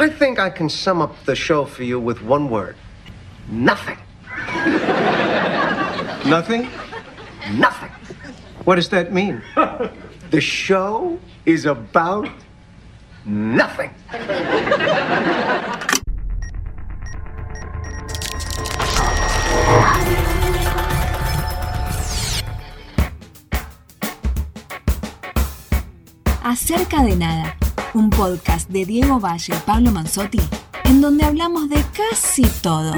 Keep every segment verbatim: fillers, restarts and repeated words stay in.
I think I can sum up the show for you with one word. Nothing. Nothing? Nothing. What does that mean? The show is about nothing. Acerca de Nada, un podcast de Diego Valle y Pablo Manzotti, en donde hablamos de casi todo.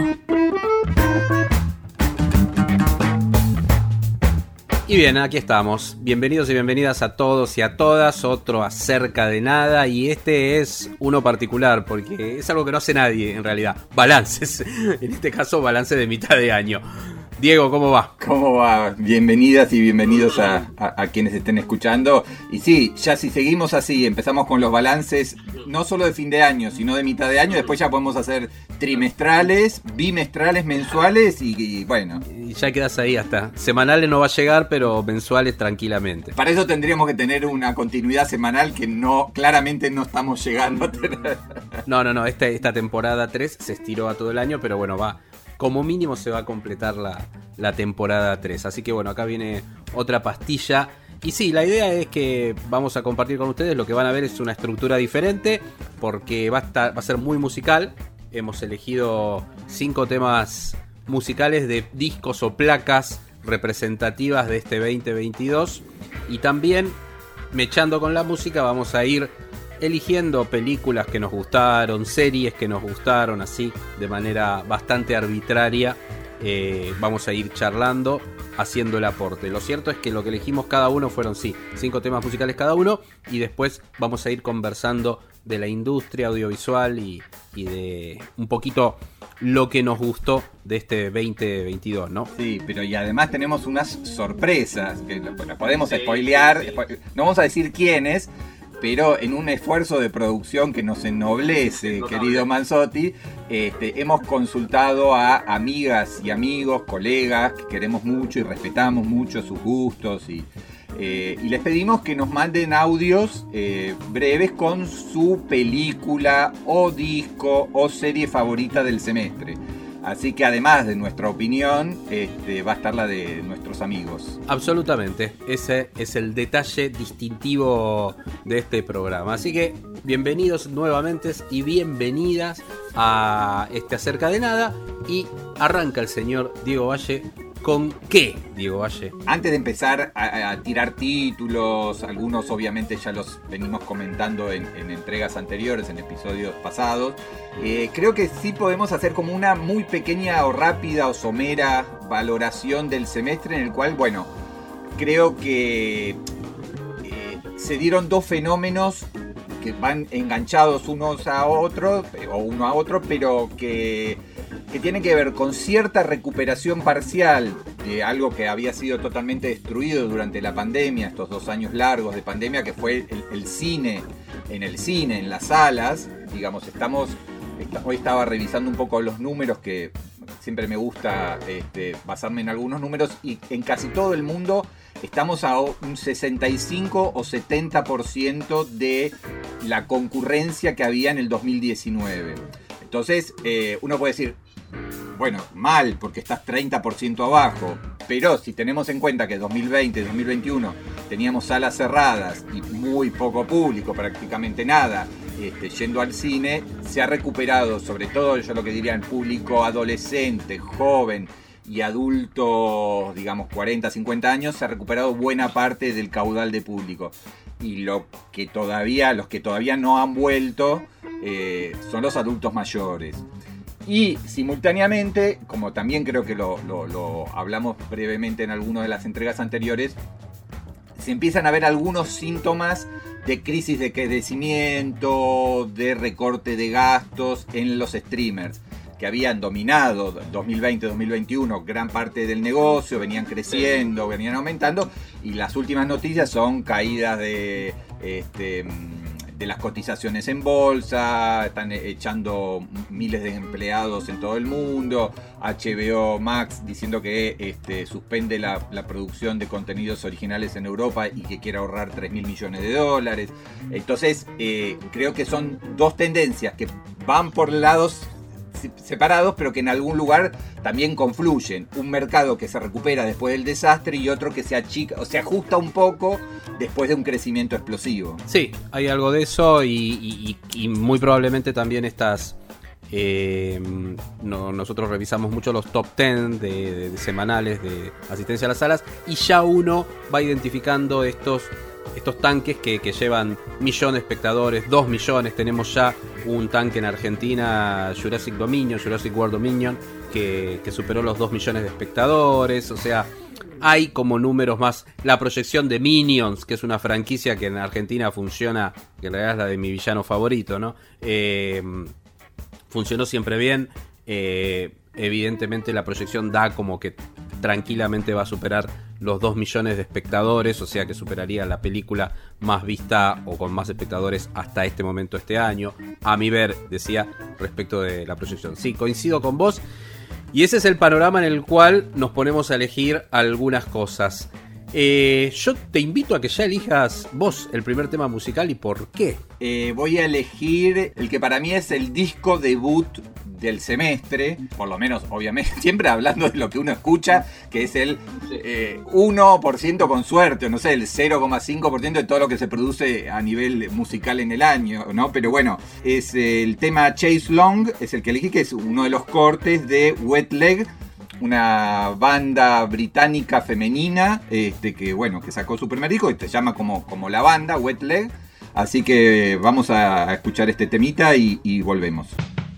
Y bien, aquí estamos. Bienvenidos y bienvenidas a todos y a todas. Otro Acerca de Nada. Y este es uno particular porque es algo que no hace nadie en realidad. Balances. En este caso, balance de mitad de año. Diego, ¿cómo va? ¿Cómo va? Bienvenidas y bienvenidos a, a, a quienes estén escuchando. Y sí, ya si seguimos así, empezamos con los balances, no solo de fin de año, sino de mitad de año. Después ya podemos hacer trimestrales, bimestrales, mensuales y, y bueno. Y ya quedas ahí hasta. Semanales no va a llegar, pero mensuales tranquilamente. Para eso tendríamos que tener una continuidad semanal que no, claramente no estamos llegando a tener. No, no, no. Esta, esta temporada tres se estiró a todo el año, pero bueno, va. Como mínimo se va a completar la, la temporada tres. Así que bueno, acá viene otra pastilla. Y sí, la idea es que vamos a compartir con ustedes. Lo que van a ver es una estructura diferente, porque va a, estar, va a ser muy musical. Hemos elegido cinco temas musicales de discos o placas representativas de este veinte veintidós. Y también, mechando con la música, vamos a ir eligiendo películas que nos gustaron, series que nos gustaron, así de manera bastante arbitraria. Eh, vamos a ir charlando, haciendo el aporte. Lo cierto es que lo que elegimos cada uno fueron, sí, cinco temas musicales cada uno, y después vamos a ir conversando de la industria audiovisual y, y de un poquito lo que nos gustó de este veinte veintidós, ¿no? Sí, pero y además tenemos unas sorpresas que las podemos spoilear. No vamos a decir quiénes, pero en un esfuerzo de producción que nos ennoblece, querido Manzotti, este, hemos consultado a amigas y amigos, colegas que queremos mucho y respetamos mucho sus gustos y, eh, y les pedimos que nos manden audios eh, breves con su película o disco o serie favorita del semestre. Así que además de nuestra opinión, este, va a estar la de nuestros amigos. Absolutamente, ese es el detalle distintivo de este programa. Así que bienvenidos nuevamente y bienvenidas a este Acerca de Nada. Y arranca el señor Diego Valle. ¿Con qué, Diego Valle? Antes de empezar a, a tirar títulos, algunos obviamente ya los venimos comentando en, en entregas anteriores, en episodios pasados, eh, creo que sí podemos hacer como una muy pequeña o rápida o somera valoración del semestre, en el cual, bueno, creo que eh, se dieron dos fenómenos que van enganchados unos a otros, o uno a otro, pero que... que tiene que ver con cierta recuperación parcial de algo que había sido totalmente destruido durante la pandemia, estos dos años largos de pandemia, que fue el, el cine, en el cine, en las salas. Digamos, estamos, está, hoy estaba revisando un poco los números, que siempre me gusta este, basarme en algunos números, y en casi todo el mundo estamos a un sesenta y cinco o setenta por ciento de la concurrencia que había en el dos mil diecinueve. Entonces, eh, uno puede decir, bueno, mal, porque estás treinta por ciento abajo, pero si tenemos en cuenta que dos mil veinte, dos mil veintiuno teníamos salas cerradas y muy poco público, prácticamente nada, este, yendo al cine, se ha recuperado, sobre todo yo lo que diría el público adolescente, joven y adultos, digamos cuarenta, cincuenta años, se ha recuperado buena parte del caudal de público. Y lo que todavía, los que todavía no han vuelto eh, son los adultos mayores. Y simultáneamente, como también creo que lo, lo, lo hablamos brevemente en algunas de las entregas anteriores, se empiezan a ver algunos síntomas de crisis de crecimiento, de recorte de gastos en los streamers, que habían dominado dos mil veinte, dos mil veintiuno gran parte del negocio, venían creciendo, venían aumentando, y las últimas noticias son caídas de, este, de las cotizaciones en bolsa, están echando miles de empleados en todo el mundo, H B O Max diciendo que este, suspende la, la producción de contenidos originales en Europa y que quiere ahorrar tres mil millones de dólares. Entonces eh, creo que son dos tendencias que van por lados separados, pero que en algún lugar también confluyen. Un mercado que se recupera después del desastre y otro que se achica o se ajusta un poco después de un crecimiento explosivo. Sí, hay algo de eso y, y, y muy probablemente también estas... Eh, no, nosotros revisamos mucho los top diez de, de, de semanales de asistencia a las salas y ya uno va identificando estos... estos tanques que, que llevan millones de espectadores, dos millones. Tenemos ya un tanque en Argentina, Jurassic Dominion, Jurassic World Dominion, que, que superó los dos millones de espectadores. O sea, hay como números más. La proyección de Minions, que es una franquicia que en Argentina funciona, que en realidad es la de mi villano favorito, ¿no? Eh, funcionó siempre bien. Eh, evidentemente la proyección da como que tranquilamente va a superar los dos millones de espectadores, o sea que superaría la película más vista o con más espectadores hasta este momento este año, a mi ver, decía, respecto de la proyección. Sí, coincido con vos, y ese es el panorama en el cual nos ponemos a elegir algunas cosas. Eh, yo te invito a que ya elijas vos el primer tema musical y por qué. Eh, voy a elegir el que para mí es el disco debut del semestre, por lo menos, obviamente, siempre hablando de lo que uno escucha, que es el eh, uno por ciento con suerte, no sé, el cero coma cinco por ciento de todo lo que se produce a nivel musical en el año, ¿no? Pero bueno, es el tema Chase Long, es el que elegí, que es uno de los cortes de Wet Leg, una banda británica femenina, este, que bueno, que sacó su primer disco, y se llama como, como la banda, Wet Leg. Así que vamos a escuchar este temita y, y volvemos.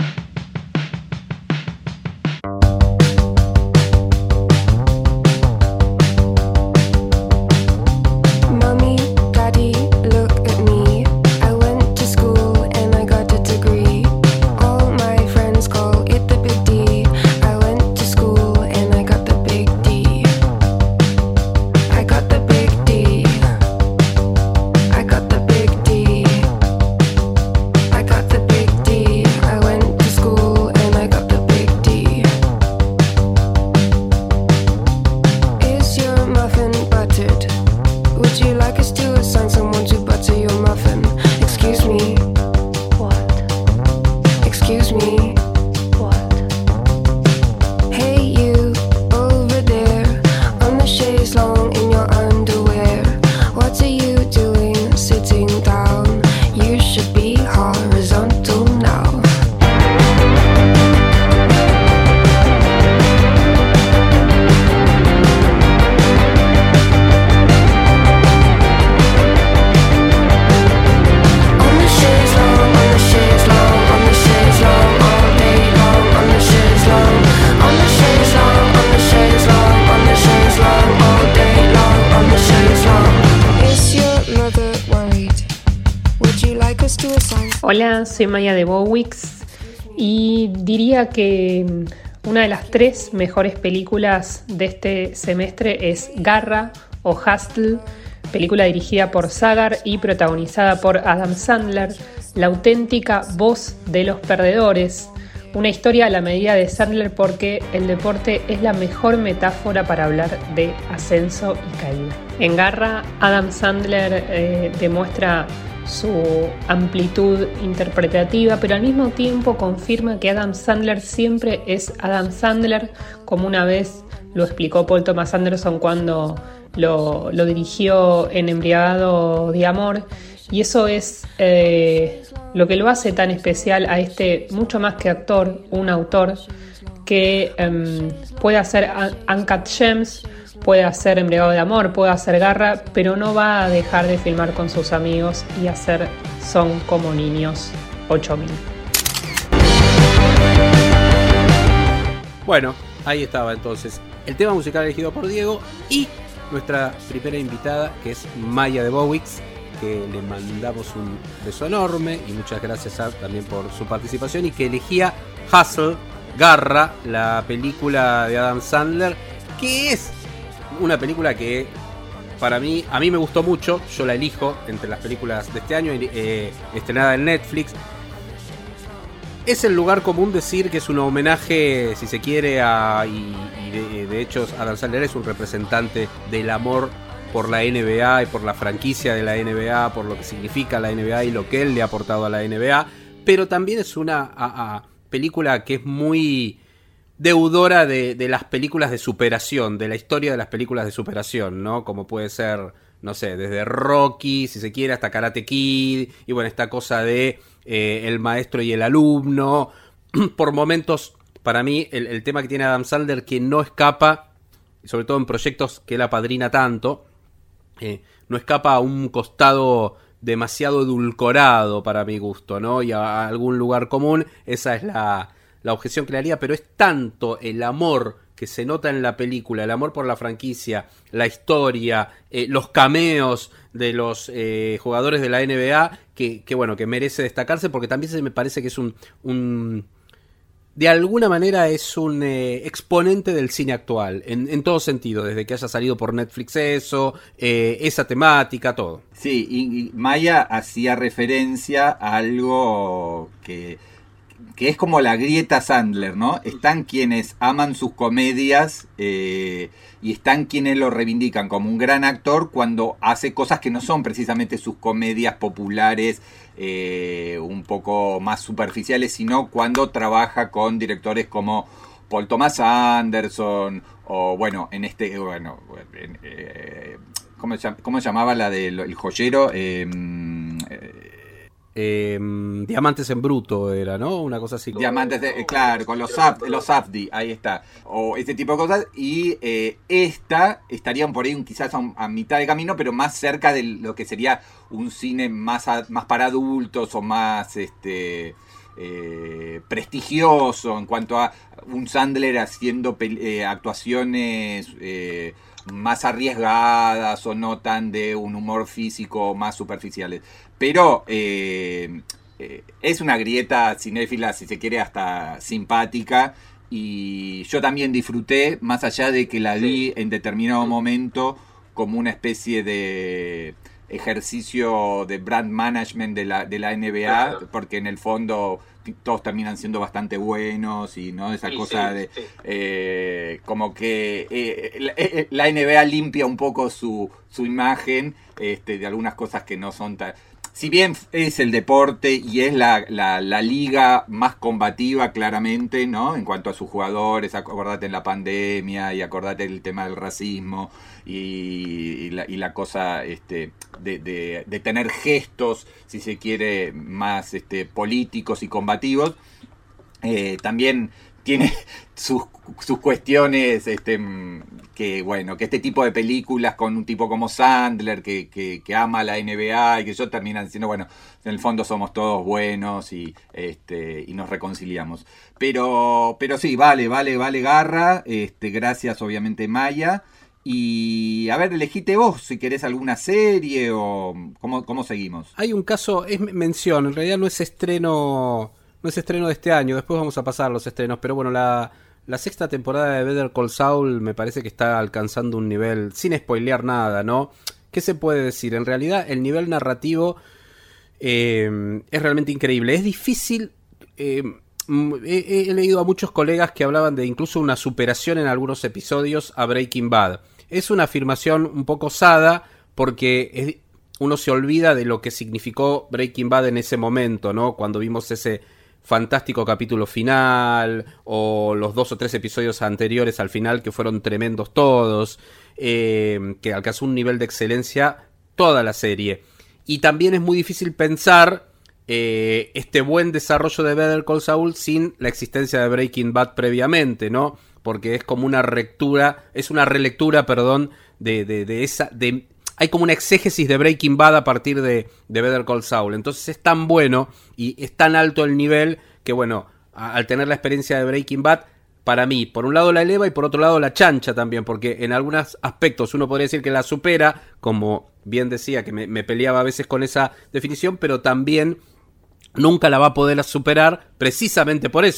Hola, soy Maya de Bowix y diría que una de las tres mejores películas de este semestre es Garra o Hustle, película dirigida por Sagar y protagonizada por Adam Sandler, la auténtica voz de los perdedores. Una historia a la medida de Sandler porque el deporte es la mejor metáfora para hablar de ascenso y caída. En Garra, Adam Sandler eh, demuestra su amplitud interpretativa, pero al mismo tiempo confirma que Adam Sandler siempre es Adam Sandler, como una vez lo explicó Paul Thomas Anderson cuando lo, lo dirigió en Embriagado de Amor, y eso es eh, lo que lo hace tan especial a este, mucho más que actor, un autor que eh, puede hacer Uncut Gems, puede hacer Embriagado de Amor, puede hacer Garra, pero no va a dejar de filmar con sus amigos y hacer Son como niños ocho mil. Bueno, ahí estaba entonces el tema musical elegido por Diego y nuestra primera invitada, que es Maya de Bowix, que le mandamos un beso enorme y muchas gracias a, también por su participación, y que elegía Hustle, Garra, la película de Adam Sandler, que es una película que para mí, a mí me gustó mucho, yo la elijo entre las películas de este año, eh, estrenada en Netflix. Es el lugar común decir que es un homenaje, si se quiere, a, y, y de, de hecho Adam Sandler es un representante del amor por la N B A y por la franquicia de la N B A, por lo que significa la N B A y lo que él le ha aportado a la N B A, pero también es una a, a, película que es muy deudora de, de las películas de superación, de la historia de las películas de superación, ¿no? Como puede ser, no sé, desde Rocky, si se quiere, hasta Karate Kid, y bueno, esta cosa de eh, el maestro y el alumno. Por momentos, para mí, el, el tema que tiene Adam Sandler, que no escapa, sobre todo en proyectos que él apadrina tanto, eh, no escapa a un costado demasiado edulcorado para mi gusto, ¿no? Y a, a algún lugar común, esa es la, la objeción que le haría, pero es tanto el amor que se nota en la película, el amor por la franquicia, la historia, eh, los cameos de los eh, jugadores de la N B A, que, que bueno, que merece destacarse, porque también se me parece que es un, un de alguna manera es un eh, exponente del cine actual, en, en todo sentido, desde que haya salido por Netflix eso, eh, esa temática, todo. Sí, y, y Maya hacía referencia a algo que... que es como la grieta Sandler, ¿no? Están quienes aman sus comedias eh, y están quienes lo reivindican como un gran actor cuando hace cosas que no son precisamente sus comedias populares, eh, un poco más superficiales, sino cuando trabaja con directores como Paul Thomas Anderson o, bueno, en este, bueno, en, eh, ¿cómo, se, ¿cómo se llamaba la del el joyero? Eh, eh, Eh, Diamantes en Bruto era, ¿no? Una cosa así. Diamantes, de, claro, con los Safdie, los Safdie, ahí está. O este tipo de cosas. Y eh, esta estarían por ahí quizás a, a mitad de camino, pero más cerca de lo que sería un cine más, a, más para adultos o más este eh, prestigioso en cuanto a un Sandler haciendo eh, actuaciones eh, más arriesgadas o no tan de un humor físico, más superficiales. Pero eh, eh, es una grieta cinéfila, si se quiere, hasta simpática. Y yo también disfruté, más allá de que la vi en determinado momento como una especie de ejercicio de brand management de la, de la N B A, porque en el fondo todos terminan siendo bastante buenos y no esa sí, cosa sí, de sí. Eh, como que eh, la, eh, la N B A limpia un poco su, su imagen este, de algunas cosas que no son tan... Si bien es el deporte y es la, la, la liga más combativa claramente, ¿no? En cuanto a sus jugadores, acordate en la pandemia y acordate el tema del racismo y, y, la, y la cosa este, de, de, de tener gestos, si se quiere, más este, políticos y combativos, eh, también tiene sus, sus cuestiones este, que, bueno, que este tipo de películas con un tipo como Sandler que, que, que ama a la N B A y que yo terminan diciendo, bueno, en el fondo somos todos buenos y este y nos reconciliamos. Pero pero sí, vale, vale, vale garra. Este, gracias obviamente Maya. Y a ver, elegite vos si querés alguna serie o cómo, cómo seguimos. Hay un caso, es mención, en realidad no es estreno... No es estreno de este año, después vamos a pasar los estrenos, pero bueno, la, la sexta temporada de Better Call Saul me parece que está alcanzando un nivel, sin spoilear nada, ¿no? ¿Qué se puede decir? En realidad el nivel narrativo eh, es realmente increíble. Es difícil, eh, he, he leído a muchos colegas que hablaban de incluso una superación en algunos episodios a Breaking Bad. Es una afirmación un poco osada porque es, uno se olvida de lo que significó Breaking Bad en ese momento, ¿no? Cuando vimos ese fantástico capítulo final o los dos o tres episodios anteriores al final que fueron tremendos todos, eh, que alcanzó un nivel de excelencia toda la serie. Y también es muy difícil pensar eh, este buen desarrollo de Better Call Saul sin la existencia de Breaking Bad previamente, ¿no? Porque es como una relectura, es una relectura, perdón, de, de, de esa... de hay como una exégesis de Breaking Bad a partir de, de Better Call Saul. Entonces es tan bueno y es tan alto el nivel que, bueno, a, al tener la experiencia de Breaking Bad, para mí, por un lado la eleva y por otro lado la chancha también, porque en algunos aspectos uno podría decir que la supera, como bien decía, que me, me peleaba a veces con esa definición, pero también nunca la va a poder superar precisamente por eso,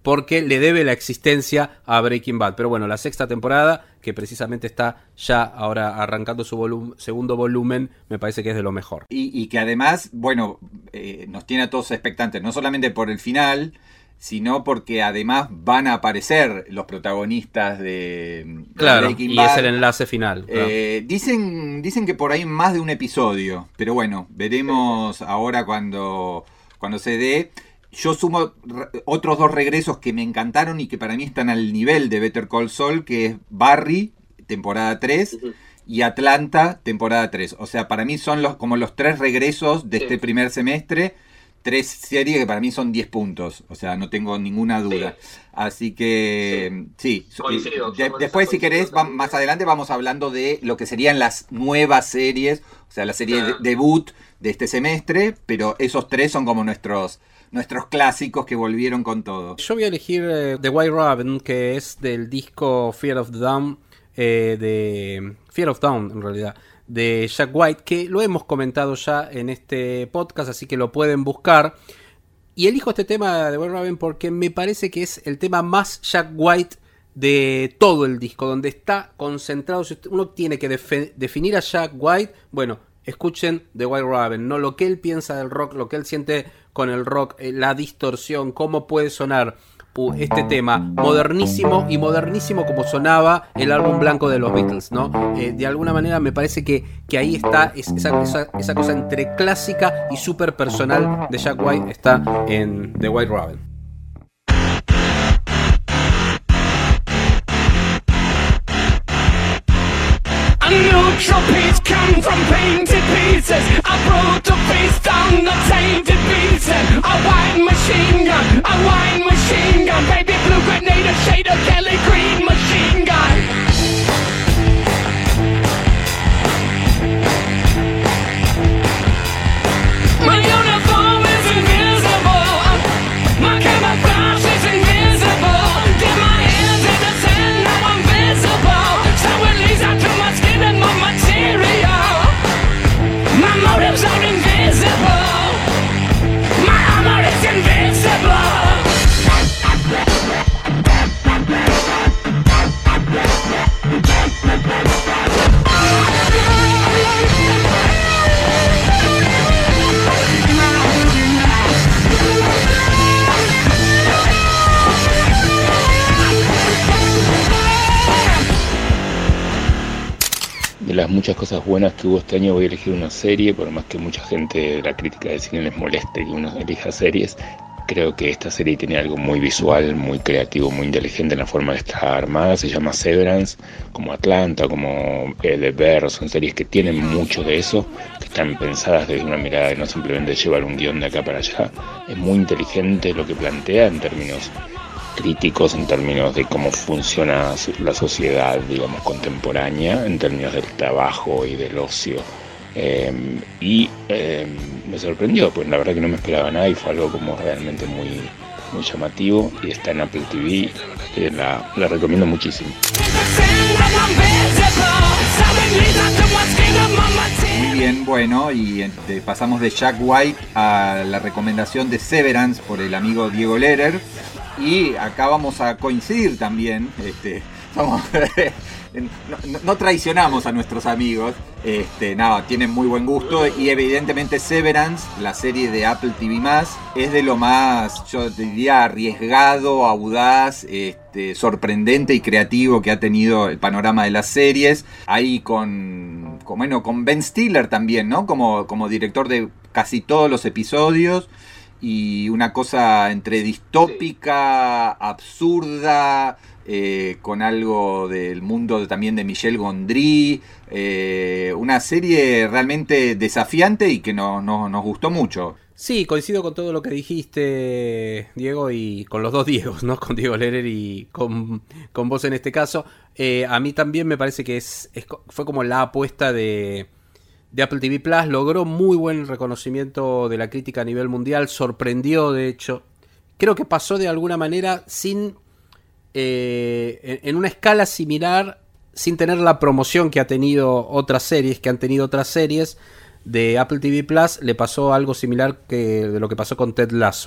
porque le debe la existencia a Breaking Bad. Pero bueno, la sexta temporada, que precisamente está ya ahora arrancando su volum- segundo volumen, me parece que es de lo mejor. Y, y que además, bueno, eh, nos tiene a todos expectantes, no solamente por el final, sino porque además van a aparecer los protagonistas de, de claro, Breaking y Bad. es el enlace final. Claro. Eh, dicen, dicen que por ahí más de un episodio, pero bueno, veremos ahora cuando, cuando se dé. Yo sumo re- otros dos regresos que me encantaron y que para mí están al nivel de Better Call Saul, que es Barry, temporada tres, uh-huh. y Atlanta, temporada tres. O sea, para mí son los como los tres regresos de sí. este primer semestre. Tres series que para mí son diez puntos, o sea, no tengo ninguna duda. Sí. Así que, sí, sí. Coincido, de, después si querés, va, más adelante vamos hablando de lo que serían las nuevas series, o sea, la serie de, debut de este semestre, pero esos tres son como nuestros nuestros clásicos que volvieron con todo. Yo voy a elegir eh, The White Raven, que es del disco Fear of the Dawn, eh, de Fear of Dawn en realidad, de Jack White, que lo hemos comentado ya en este podcast, así que lo pueden buscar. Y elijo este tema de White Raven porque me parece que es el tema más Jack White de todo el disco, donde está concentrado. Si uno tiene que defe- definir a Jack White, bueno, escuchen The White Raven, no lo que él piensa del rock, lo que él siente con el rock, eh, la distorsión, cómo puede sonar Uh, este tema, modernísimo y modernísimo como sonaba el álbum blanco de los Beatles, ¿no? Eh, de alguna manera me parece que, que ahí está es, esa, esa, esa cosa entre clásica y súper personal de Jack White, está en The White Raven. Neutral piece come from painted pieces. I brought the face down the tainted pieces. A white machine gun, a white machine gun. Baby blue grenade, a shade of Kelly green machine gun. My uniform is invisible. My camouflage is invisible. Get my hands in the sand, now I'm visible. So it leads out to my skin and my material. My motives are invisible. My armor is invincible. De las muchas cosas buenas que hubo este año voy a elegir una serie, por más que mucha gente de la crítica de cine les moleste que uno elija series. Creo que esta serie tiene algo muy visual, muy creativo, muy inteligente en la forma de estar armada. Se llama Severance, como Atlanta, como The Bear. Son series que tienen mucho de eso, que están pensadas desde una mirada de no simplemente llevar un guión de acá para allá. Es muy inteligente lo que plantea en términos críticos, en términos de cómo funciona la sociedad, digamos, contemporánea, en términos del trabajo y del ocio. Eh, y eh, me sorprendió, pues la verdad que no me esperaba nada y fue algo como realmente muy, muy llamativo, y está en Apple T V, la verdad que la, la recomiendo muchísimo. Muy bien, bueno, y este, pasamos de Jack White a la recomendación de Severance por el amigo Diego Lehrer. Y acá vamos a coincidir también, este, vamos, no, no traicionamos a nuestros amigos, este, nada, tienen muy buen gusto, y evidentemente Severance, la serie de Apple T V más, es de lo más, yo diría, arriesgado, audaz, este, sorprendente y creativo que ha tenido el panorama de las series. Ahí con, con, bueno, con Ben Stiller también, ¿no? Como, como director de casi todos los episodios. Y una cosa entre distópica, absurda, eh, con algo del mundo de, también de Michel Gondry. Eh, una serie realmente desafiante y que no, no, nos gustó mucho. Sí, coincido con todo lo que dijiste, Diego, y con los dos Diegos, ¿no? Con Diego Lehrer y con, con vos en este caso. Eh, a mí también me parece que es, es fue como la apuesta de... de Apple T V Plus, logró muy buen reconocimiento de la crítica a nivel mundial, sorprendió de hecho, creo que pasó de alguna manera sin, eh, en, en una escala similar, sin tener la promoción que ha tenido otras series, que han tenido otras series de Apple T V Plus, le pasó algo similar que de lo que pasó con Ted Lasso.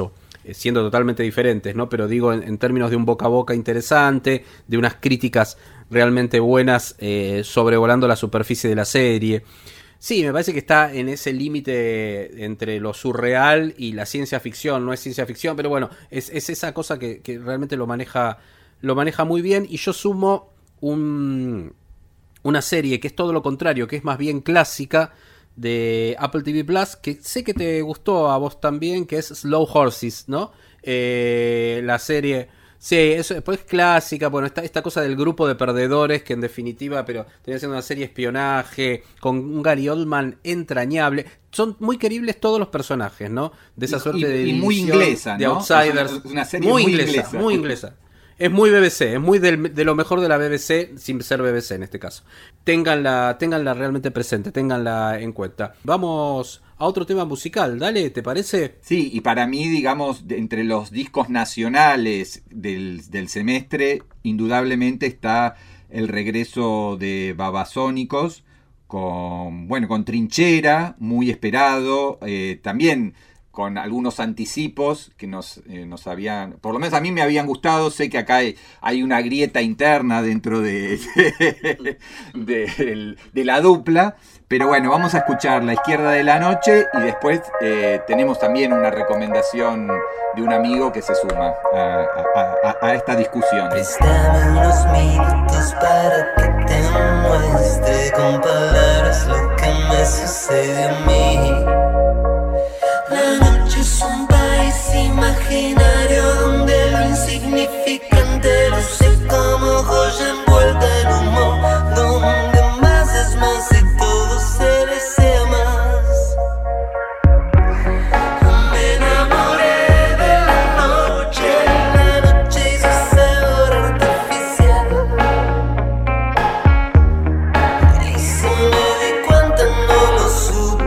eh, siendo totalmente diferentes, ¿no? Pero digo, en, en términos de un boca a boca interesante, de unas críticas realmente buenas, eh, sobrevolando la superficie de la serie. Sí, me parece que está en ese límite entre lo surreal y la ciencia ficción. No es ciencia ficción, pero bueno, es, es esa cosa que, que realmente lo maneja, lo maneja muy bien. Y yo sumo un, una serie que es todo lo contrario, que es más bien clásica, de Apple T V Plus, que sé que te gustó a vos también, que es Slow Horses, ¿no? Eh, la serie... Sí, eso después es clásica, bueno, esta, esta cosa del grupo de perdedores, que en definitiva, pero tenía siendo una serie de espionaje, con un Gary Oldman entrañable. Son muy queribles todos los personajes, ¿no? De esa y, suerte y, de y muy inglesa, de ¿no? outsiders. Es una, una serie muy, muy inglesa, inglesa. muy inglesa. Es muy B B C, es muy del, de lo mejor de la B B C, sin ser B B C en este caso. Ténganla, ténganla realmente presente, ténganla en cuenta. Vamos a otro tema musical, dale, ¿te parece? Sí, y para mí, digamos, de, entre los discos nacionales del, del semestre, indudablemente está el regreso de Babasónicos, con, bueno, con Trinchera, muy esperado, eh, también con algunos anticipos que nos, eh, nos habían, por lo menos a mí me habían gustado. Sé que acá hay, hay una grieta interna dentro de, de, de, de la dupla, pero bueno, vamos a escuchar La Izquierda de la Noche y después eh, tenemos también una recomendación de un amigo que se suma a, a, a, a esta discusión. Préstame unos minutos para que te muestre con palabras lo que me sucede a mí. La noche es un país imaginario donde lo insignificante luce como joya envuelta en humo, donde más es más y todo se desea más. Me enamoré de la noche, la noche y su sabor artificial. Y si me di cuenta no lo supe.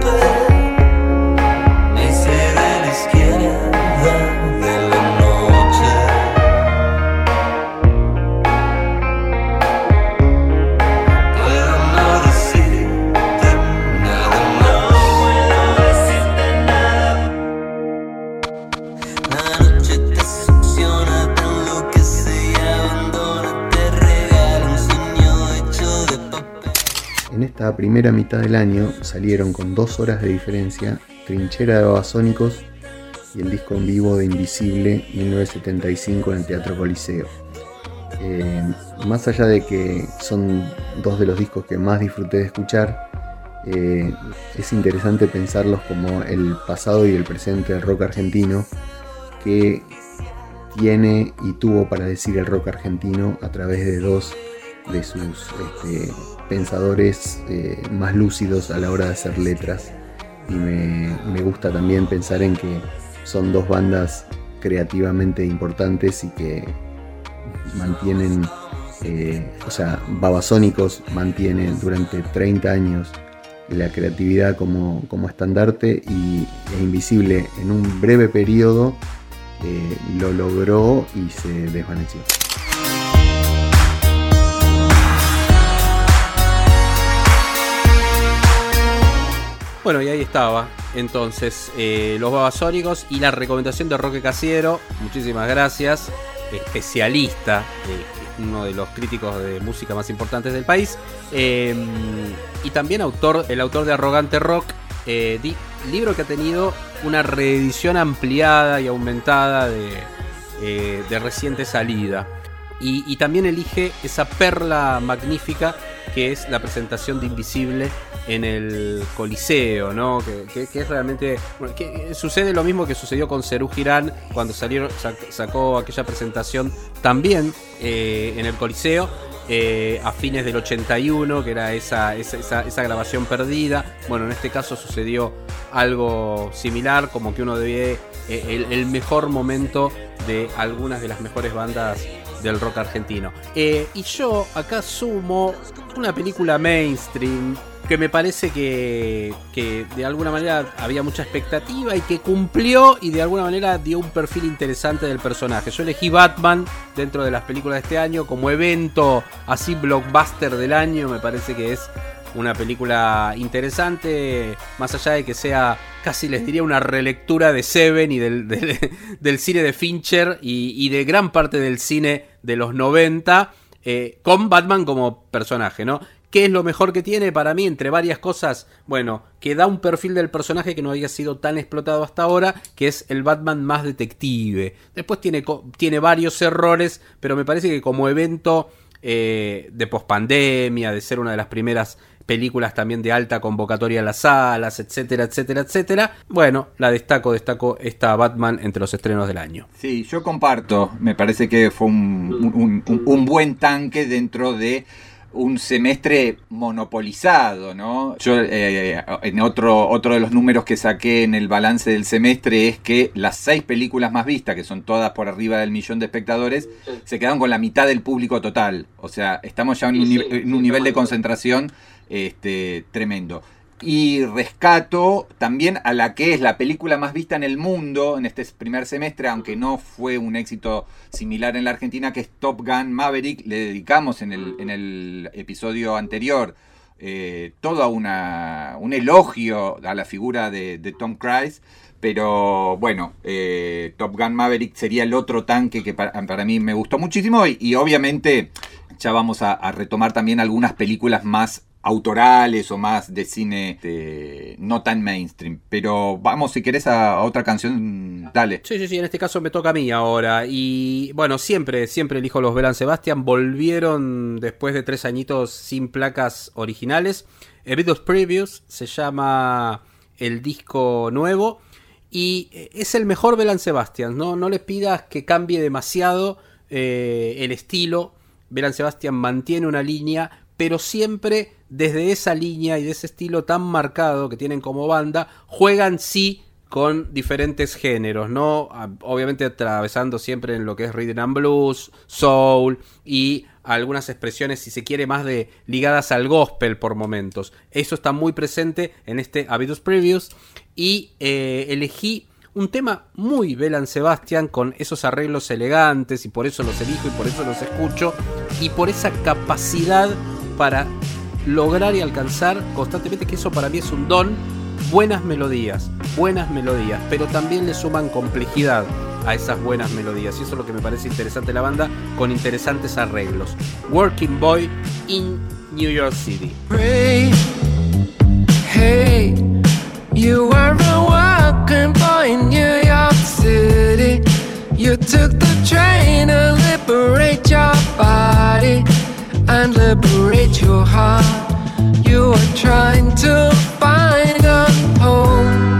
En esta primera mitad del año salieron con dos horas de diferencia Trinchera de Babasónicos y el disco en vivo de Invisible mil novecientos setenta y cinco en el Teatro Coliseo. Eh, más allá de que son dos de los discos que más disfruté de escuchar, eh, es interesante pensarlos como el pasado y el presente del rock argentino, que tiene y tuvo para decir el rock argentino a través de dos de sus este, pensadores eh, más lúcidos a la hora de hacer letras. Y me, me gusta también pensar en que son dos bandas creativamente importantes y que mantienen, eh, o sea, Babasónicos mantiene durante treinta años la creatividad como, como estandarte, y e Invisible en un breve periodo eh, lo logró y se desvaneció. Bueno, y ahí estaba entonces eh, los Babasónicos y la recomendación de Roque Casiero. Muchísimas gracias, especialista, eh, uno de los críticos de música más importantes del país, eh, y también autor, el autor de Arrogante Rock, eh, di, libro que ha tenido una reedición ampliada y aumentada de, eh, de reciente salida. Y, y también elige esa perla magnífica que es la presentación de Invisible en el Coliseo, ¿no? Que, que, que es realmente... Bueno, que sucede lo mismo que sucedió con Serú Girán cuando salieron, sac, sacó aquella presentación también eh, en el Coliseo eh, a fines del ochenta y uno, que era esa, esa, esa, esa grabación perdida. Bueno, en este caso sucedió algo similar, como que uno ve eh, el, el mejor momento de algunas de las mejores bandas del rock argentino. Eh, y yo acá sumo una película mainstream que me parece que, que de alguna manera había mucha expectativa y que cumplió, y de alguna manera dio un perfil interesante del personaje. Yo elegí Batman dentro de las películas de este año como evento así blockbuster del año. Me parece que es una película interesante, más allá de que sea casi les diría una relectura de Seven y del, del, del cine de Fincher y, y de gran parte del cine de los noventa, eh, con Batman como personaje, ¿no? ¿Qué es lo mejor que tiene para mí? Entre varias cosas, bueno, que da un perfil del personaje que no había sido tan explotado hasta ahora, que es el Batman más detective. Después tiene, tiene varios errores, pero me parece que como evento eh, de pospandemia, de ser una de las primeras películas también de alta convocatoria a las salas, etcétera, etcétera, etcétera, bueno, la destaco, destaco esta Batman entre los estrenos del año. Sí, yo comparto, me parece que fue un, un, un, un buen tanque dentro de un semestre monopolizado, ¿no? Yo eh, en otro, otro de los números que saqué en el balance del semestre es que las seis películas más vistas, que son todas por arriba del millón de espectadores, se quedaron con la mitad del público total. O sea, estamos ya en un, en un nivel de concentración este, tremendo. Y rescato también a la que es la película más vista en el mundo en este primer semestre, aunque no fue un éxito similar en la Argentina, que es Top Gun Maverick. Le dedicamos en el, en el episodio anterior eh, todo una, un elogio a la figura de, de Tom Cruise. Pero bueno, eh, Top Gun Maverick sería el otro tanque que para, para mí me gustó muchísimo. Y, y obviamente ya vamos a, a retomar también algunas películas más autorales o más de cine de, no tan mainstream. Pero vamos, si querés, a, a otra canción, dale. Sí, sí, sí, en este caso me toca a mí ahora. Y bueno, siempre, siempre elijo los Belle Sebastian. Volvieron después de tres añitos sin placas originales. Videos Previews se llama el disco nuevo. Y es el mejor Belle Sebastian, ¿no? No le pidas que cambie demasiado eh, el estilo. Belle Sebastian mantiene una línea, pero siempre desde esa línea y de ese estilo tan marcado que tienen como banda, juegan sí con diferentes géneros, ¿no? Obviamente atravesando siempre en lo que es rhythm and blues, soul y algunas expresiones, si se quiere, más de ligadas al gospel por momentos. Eso está muy presente en este A Videos Previews y eh, elegí un tema muy Belle Sebastian con esos arreglos elegantes y por eso los elijo y por eso los escucho y por esa capacidad para lograr y alcanzar constantemente, que eso para mí es un don, buenas melodías, buenas melodías, pero también le suman complejidad a esas buenas melodías y eso es lo que me parece interesante de la banda, con interesantes arreglos. Working Boy in New York City. Hey, hey, you are a working boy in New York City. You took the train to liberate your body and liberate your heart. You are trying to find a home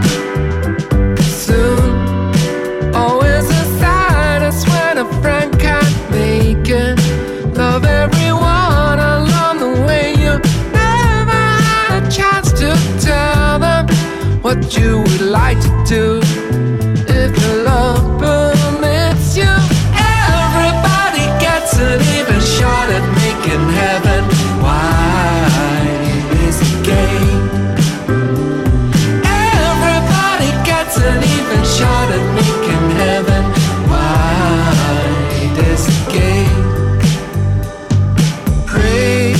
soon. Always the saddest when a friend can't make it. Love everyone along the way. You never had a chance to tell them what you would like to do. If your love permits you, everybody gets an even shot at making heaven. Wide is the game. Everybody gets an even shot at making heaven. Wide is the game. Pray,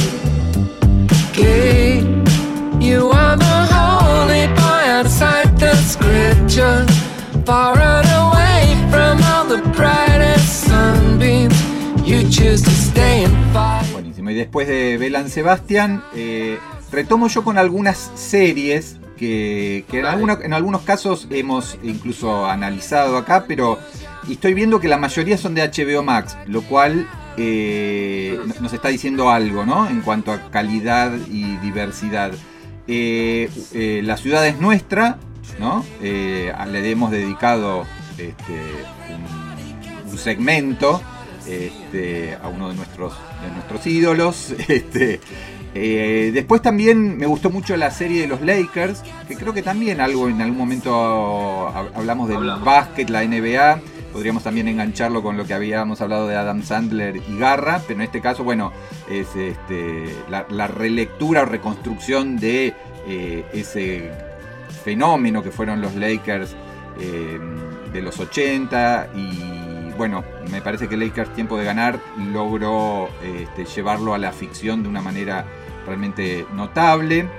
gay. You are the holy boy outside the scripture, far and away from all the brightest sunbeams. You choose to stay and fight. Buenísimo. Y después de Belle Sebastian, eh, retomo yo con algunas series que, que en, alguna, en algunos casos hemos incluso analizado acá, pero estoy viendo que la mayoría son de H B O Max, lo cual eh, nos está diciendo algo, ¿no? En cuanto a calidad y diversidad. Eh, eh, la ciudad es nuestra, ¿no? Eh, le hemos dedicado este, un, un segmento este, a uno de nuestros, de nuestros ídolos. Este, eh, después también me gustó mucho la serie de los Lakers, que creo que también algo en algún momento hablamos del básquet, la N B A. Podríamos también engancharlo con lo que habíamos hablado de Adam Sandler y Garra, pero en este caso, bueno, es este, la, la relectura o reconstrucción de eh, ese fenómeno que fueron los Lakers eh, de los ochenta. Y bueno, me parece que Lakers Tiempo de Ganar logró este, llevarlo a la ficción de una manera realmente notable.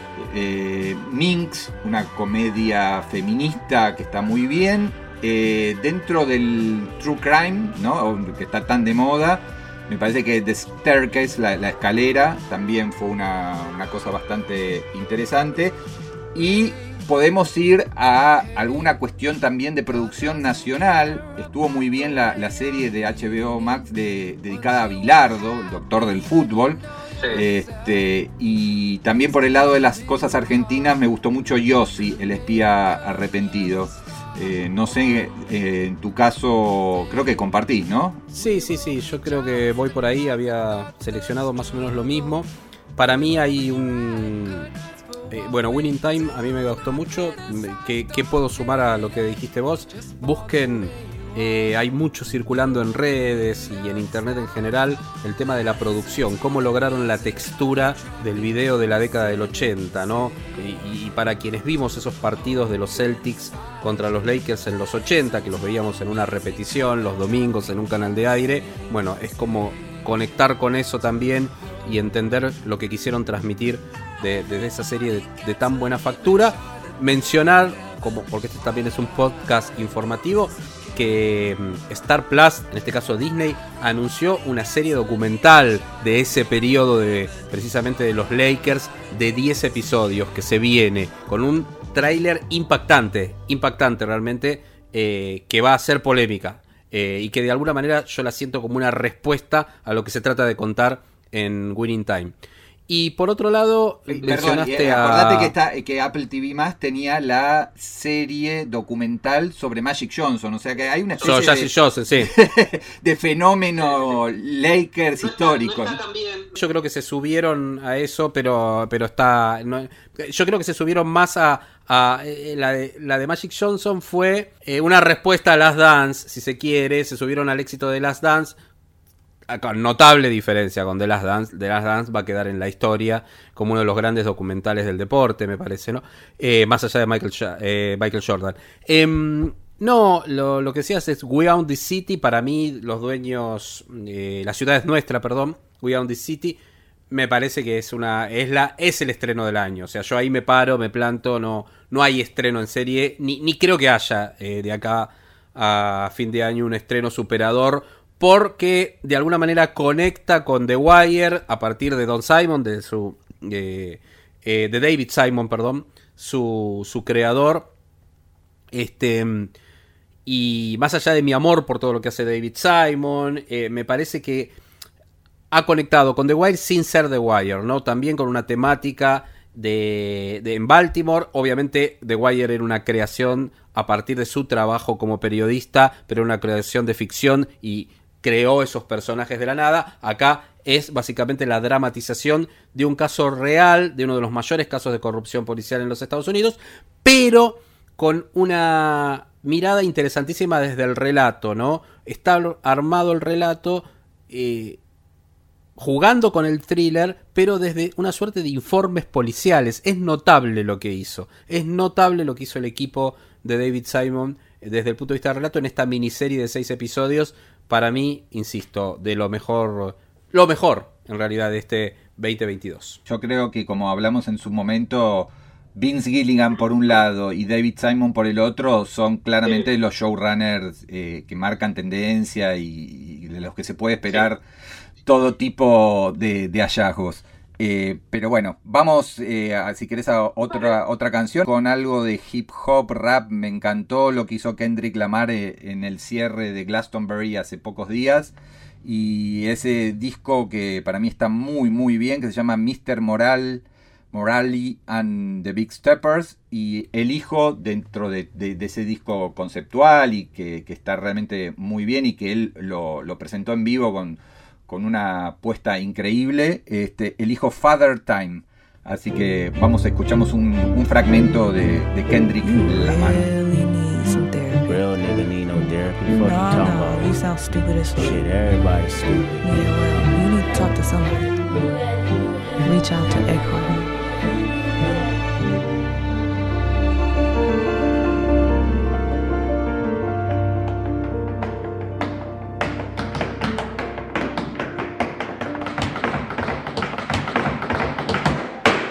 Eh, Minx, una comedia feminista que está muy bien. Eh, dentro del true crime, ¿no? Que está tan de moda, me parece que The Staircase, la, la escalera, también fue una, una cosa bastante interesante. Y podemos ir a alguna cuestión también de producción nacional. Estuvo muy bien la, la serie de H B O Max de, dedicada a Bilardo, el doctor del fútbol. Sí. Este, y también por el lado de las cosas argentinas me gustó mucho Yossi, el espía arrepentido. Eh, no sé, eh, en tu caso creo que compartís, ¿no? Sí, sí, sí, yo creo que voy por ahí, había seleccionado más o menos lo mismo. Para mí hay un... Eh, bueno, Winning Time a mí me gustó mucho. ¿Qué, qué puedo sumar a lo que dijiste vos? Busquen, eh, hay mucho circulando en redes y en internet en general, el tema de la producción, cómo lograron la textura del video de la década del ochenta, ¿no? Y, y para quienes vimos esos partidos de los Celtics contra los Lakers en los ochenta, que los veíamos en una repetición los domingos en un canal de aire, bueno, es como conectar con eso también y entender lo que quisieron transmitir de, de esa serie de, de tan buena factura. Mencionar, como porque este también es un podcast informativo, que Star Plus, en este caso Disney, anunció una serie documental de ese periodo de precisamente de los Lakers de diez episodios que se viene con un tráiler impactante, impactante realmente, eh, que va a ser polémica. Eh, y que de alguna manera yo la siento como una respuesta a lo que se trata de contar en Winning Time. Y por otro lado, Perdón, mencionaste eh, a... acordate que, está, que Apple T V Más tenía la serie documental sobre Magic Johnson, o sea que hay una especie so, de, Johnson, sí. de fenómeno Lakers no, histórico. No, no también. Yo creo que se subieron a eso, pero pero está... No, yo creo que se subieron más a... a eh, la, de, la de Magic Johnson fue eh, una respuesta a Last Dance, si se quiere. Se subieron al éxito de Last Dance. Con notable diferencia con The Last Dance. The Last Dance va a quedar en la historia como uno de los grandes documentales del deporte, me parece, ¿no? Eh, más allá de Michael, eh, Michael Jordan. Eh, no, lo, lo que decías es We Own This City. Para mí, los dueños, eh, la ciudad es nuestra, perdón. We Own This City. Me parece que es una es la es el estreno del año. O sea, yo ahí me paro, me planto. No, no hay estreno en serie. Ni, ni creo que haya eh, de acá a fin de año un estreno superador, porque de alguna manera conecta con The Wire a partir de Don Simon, de su eh, eh, de David Simon, perdón, su, su creador. Este, y más allá de mi amor por todo lo que hace David Simon, eh, me parece que ha conectado con The Wire sin ser The Wire, ¿no? También con una temática de, de en Baltimore. Obviamente The Wire era una creación a partir de su trabajo como periodista, pero era una creación de ficción y creó esos personajes de la nada. Acá es básicamente la dramatización de un caso real, de uno de los mayores casos de corrupción policial en los Estados Unidos, pero con una mirada interesantísima desde el relato, ¿no? Está armado el relato eh, jugando con el thriller, pero desde una suerte de informes policiales. Es notable lo que hizo. Es notable lo que hizo el equipo de David Simon desde el punto de vista del relato en esta miniserie de seis episodios. Para mí, insisto, de lo mejor, lo mejor en realidad de este veinte veintidós. Yo creo que, como hablamos en su momento, Vince Gilligan por un lado y David Simon por el otro son claramente sí. los showrunners eh, que marcan tendencia y, y de los que se puede esperar sí. todo tipo de, de hallazgos. Eh, pero bueno, vamos, eh, a, si querés, a otra, otra canción con algo de hip hop, rap. Me encantó lo que hizo Kendrick Lamar eh, en el cierre de Glastonbury hace pocos días. Y ese disco que para mí está muy, muy bien, que se llama mister Moral, Morally and the Big Steppers. Y elijo dentro de, de, de ese disco conceptual y que, que está realmente muy bien y que él lo, lo presentó en vivo con... con una puesta increíble, este, elijo Father Time. Así que vamos, escuchamos un, un fragmento de, de Kendrick Lamar. Real nigga need no therapy. Fuck you talking about? You sound stupid as fuck. Shit, everybody's stupid. Yeah, well, you need to talk to somebody. Reach out to Eckhart.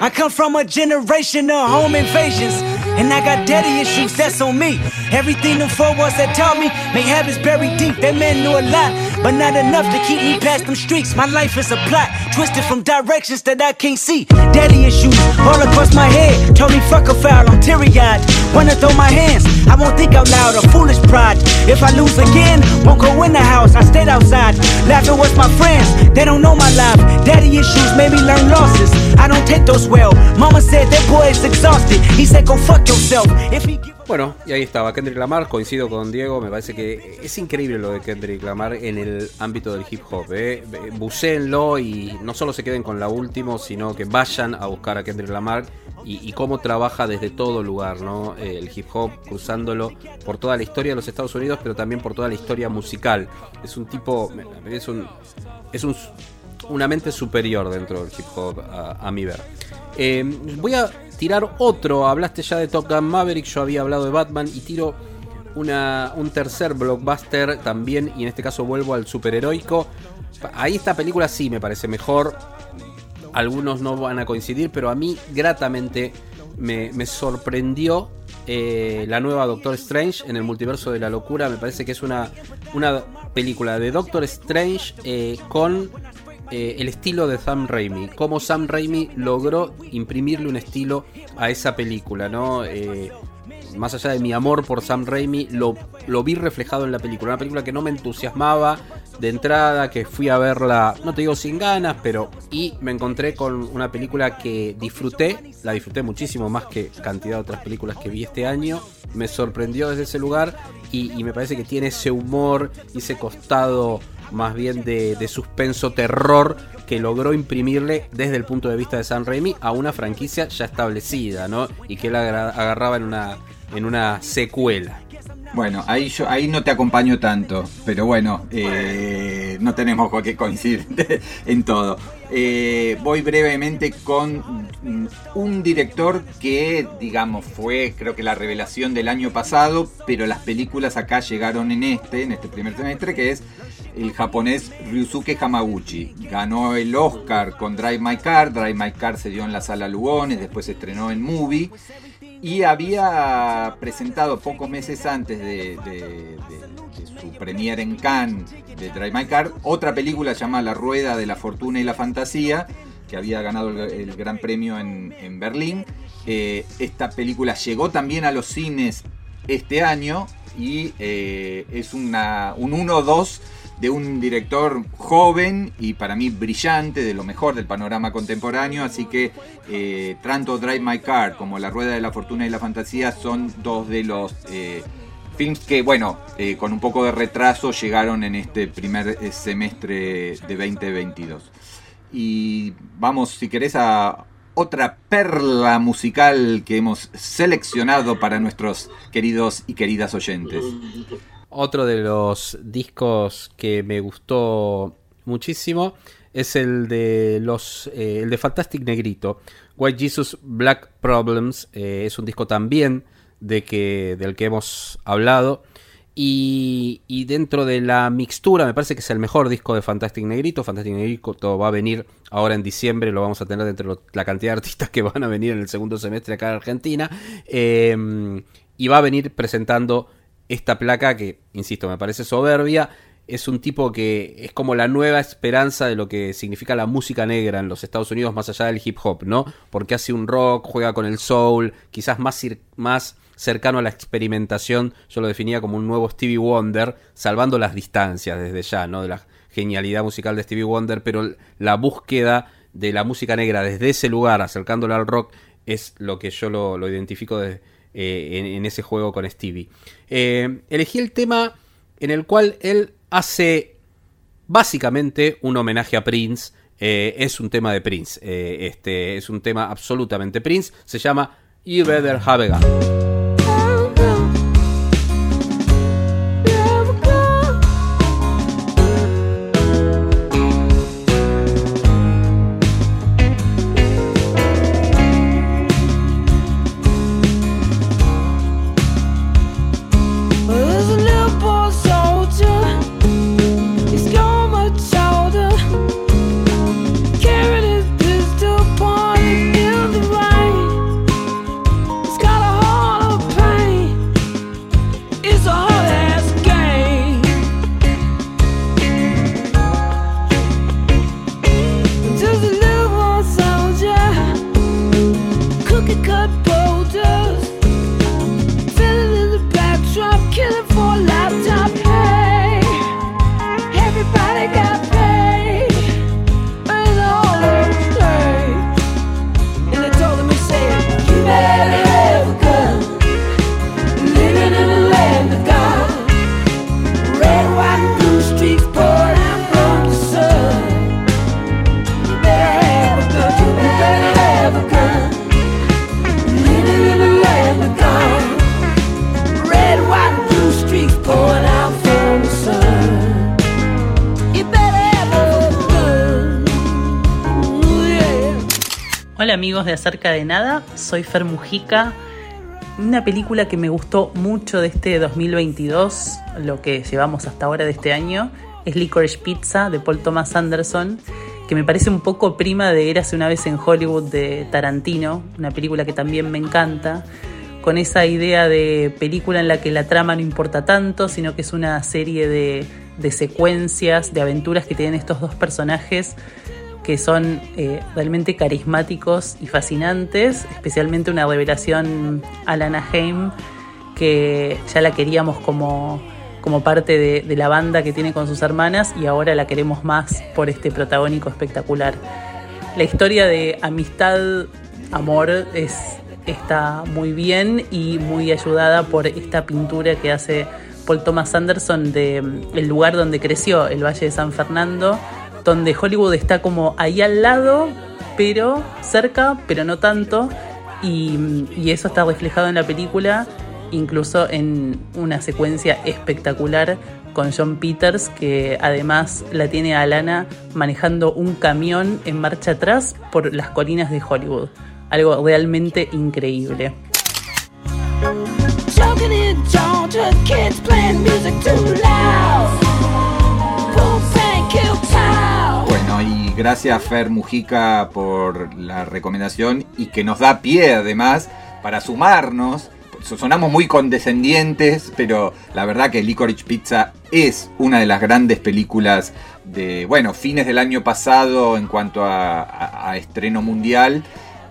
I come from a generation of home invasions, and I got daddy issues, that's on me. Everything them four walls that taught me, may habits buried deep. That man knew a lot, but not enough to keep me past them streets. My life is a plot, twisted from directions that I can't see. Daddy issues all across my head, told me fuck a foul, I'm teary-eyed. Wanna throw my hands, I won't think out loud, a foolish pride. If I lose again, won't go in the house, I stayed outside, laughing with my friends, they don't know my life. Daddy issues made me learn losses, I don't take those well. Mama said that boy is exhausted, he said go fuck yourself. If he give... Bueno, y ahí estaba Kendrick Lamar, coincido con Diego, me parece que es increíble lo de Kendrick Lamar en el ámbito del hip hop, ¿eh? Bucéenlo y no solo se queden con la última, sino que vayan a buscar a Kendrick Lamar y, y cómo trabaja desde todo lugar, ¿no? El hip hop, cruzándolo por toda la historia de los Estados Unidos, pero también por toda la historia musical. Es un tipo, es un, es un, una mente superior dentro del hip hop a, a mi ver. Eh, voy a tirar otro, hablaste ya de Top Gun Maverick, yo había hablado de Batman y tiro una, un tercer blockbuster también, y en este caso vuelvo al superheroico. Ahí esta película sí me parece mejor, algunos no van a coincidir, pero a mí gratamente me, me sorprendió eh, la nueva Doctor Strange en el multiverso de la locura. Me parece que es una, una película de Doctor Strange eh, con... Eh, el estilo de Sam Raimi, cómo Sam Raimi logró imprimirle un estilo a esa película, ¿no? Eh, más allá de mi amor por Sam Raimi, lo, lo vi reflejado en la película. Una película que no me entusiasmaba de entrada, que fui a verla, no te digo sin ganas, pero y me encontré con una película que disfruté, la disfruté muchísimo más que cantidad de otras películas que vi este año. Me sorprendió desde ese lugar y, y me parece que tiene ese humor y ese costado más bien de, de suspenso, terror, que logró imprimirle desde el punto de vista de Sam Raimi a una franquicia ya establecida, ¿no? Y que él agarraba en una, en una secuela. Bueno, ahí yo ahí no te acompaño tanto, pero bueno, eh, no tenemos que coincidir en todo. Eh, voy brevemente con un director que, digamos, fue creo que la revelación del año pasado, pero las películas acá llegaron en este, en este primer semestre, que es el japonés Ryusuke Hamaguchi. Ganó el Oscar con Drive My Car, Drive My Car se dio en la Sala Lugones, después se estrenó en Movie. Y había presentado pocos meses antes de, de, de, de su premiere en Cannes de Drive My Car otra película llamada La Rueda de la Fortuna y la Fantasía, que había ganado el, el Gran Premio en, en Berlín. Eh, esta película llegó también a los cines este año y eh, es una, un uno dos de un director joven y para mí brillante, de lo mejor del panorama contemporáneo, así que eh, tanto Drive My Car como La Rueda de la Fortuna y la Fantasía son dos de los eh, films que, bueno, eh, con un poco de retraso llegaron en este primer semestre de veinte veintidós. Y vamos, si querés, a otra perla musical que hemos seleccionado para nuestros queridos y queridas oyentes. Otro de los discos que me gustó muchísimo es el de los eh, el de Fantastic Negrito, White Jesus Black Problems. Eh, es un disco también de que del que hemos hablado y, y dentro de la mixtura me parece que es el mejor disco de Fantastic Negrito. Fantastic Negrito va a venir ahora en diciembre, lo vamos a tener dentro de la cantidad de artistas que van a venir en el segundo semestre acá en Argentina, eh, y va a venir presentando esta placa que, insisto, me parece soberbia. Es un tipo que es como la nueva esperanza de lo que significa la música negra en los Estados Unidos, más allá del hip hop, ¿no? Porque hace un rock, juega con el soul, quizás más, más cercano a la experimentación. Yo lo definía como un nuevo Stevie Wonder, salvando las distancias desde ya, ¿no? De la genialidad musical de Stevie Wonder, pero la búsqueda de la música negra desde ese lugar, acercándola al rock, es lo que yo lo, lo identifico de Eh, en, en ese juego con Stevie. Eh, elegí el tema en el cual él hace básicamente un homenaje a Prince. Eh, es un tema de Prince. Eh, este es un tema absolutamente Prince. Se llama You Better Have a Gun. Build Hola amigos de Acerca de Nada, soy Fer Mujica. Una película que me gustó mucho de este dos mil veintidós, lo que llevamos hasta ahora de este año, es Licorice Pizza de Paul Thomas Anderson, que me parece un poco prima de Érase una vez en Hollywood de Tarantino, una película que también me encanta, con esa idea de película en la que la trama no importa tanto, sino que es una serie de, de secuencias, de aventuras que tienen estos dos personajes que son eh, realmente carismáticos y fascinantes, especialmente una revelación Alana Haim, que ya la queríamos como, como parte de, de la banda que tiene con sus hermanas y ahora la queremos más por este protagónico espectacular. La historia de amistad, amor, es, está muy bien y muy ayudada por esta pintura que hace Paul Thomas Anderson del lugar donde creció, el Valle de San Fernando, donde Hollywood está como ahí al lado, pero cerca, pero no tanto, y, y eso está reflejado en la película, incluso en una secuencia espectacular con Jon Peters, que además la tiene a Alana manejando un camión en marcha atrás por las colinas de Hollywood. Algo realmente increíble. Bueno, y gracias Fer Mujica por la recomendación y que nos da pie además para sumarnos. Sonamos muy condescendientes, pero la verdad que Licorice Pizza es una de las grandes películas de, bueno, fines del año pasado en cuanto a, a, a estreno mundial,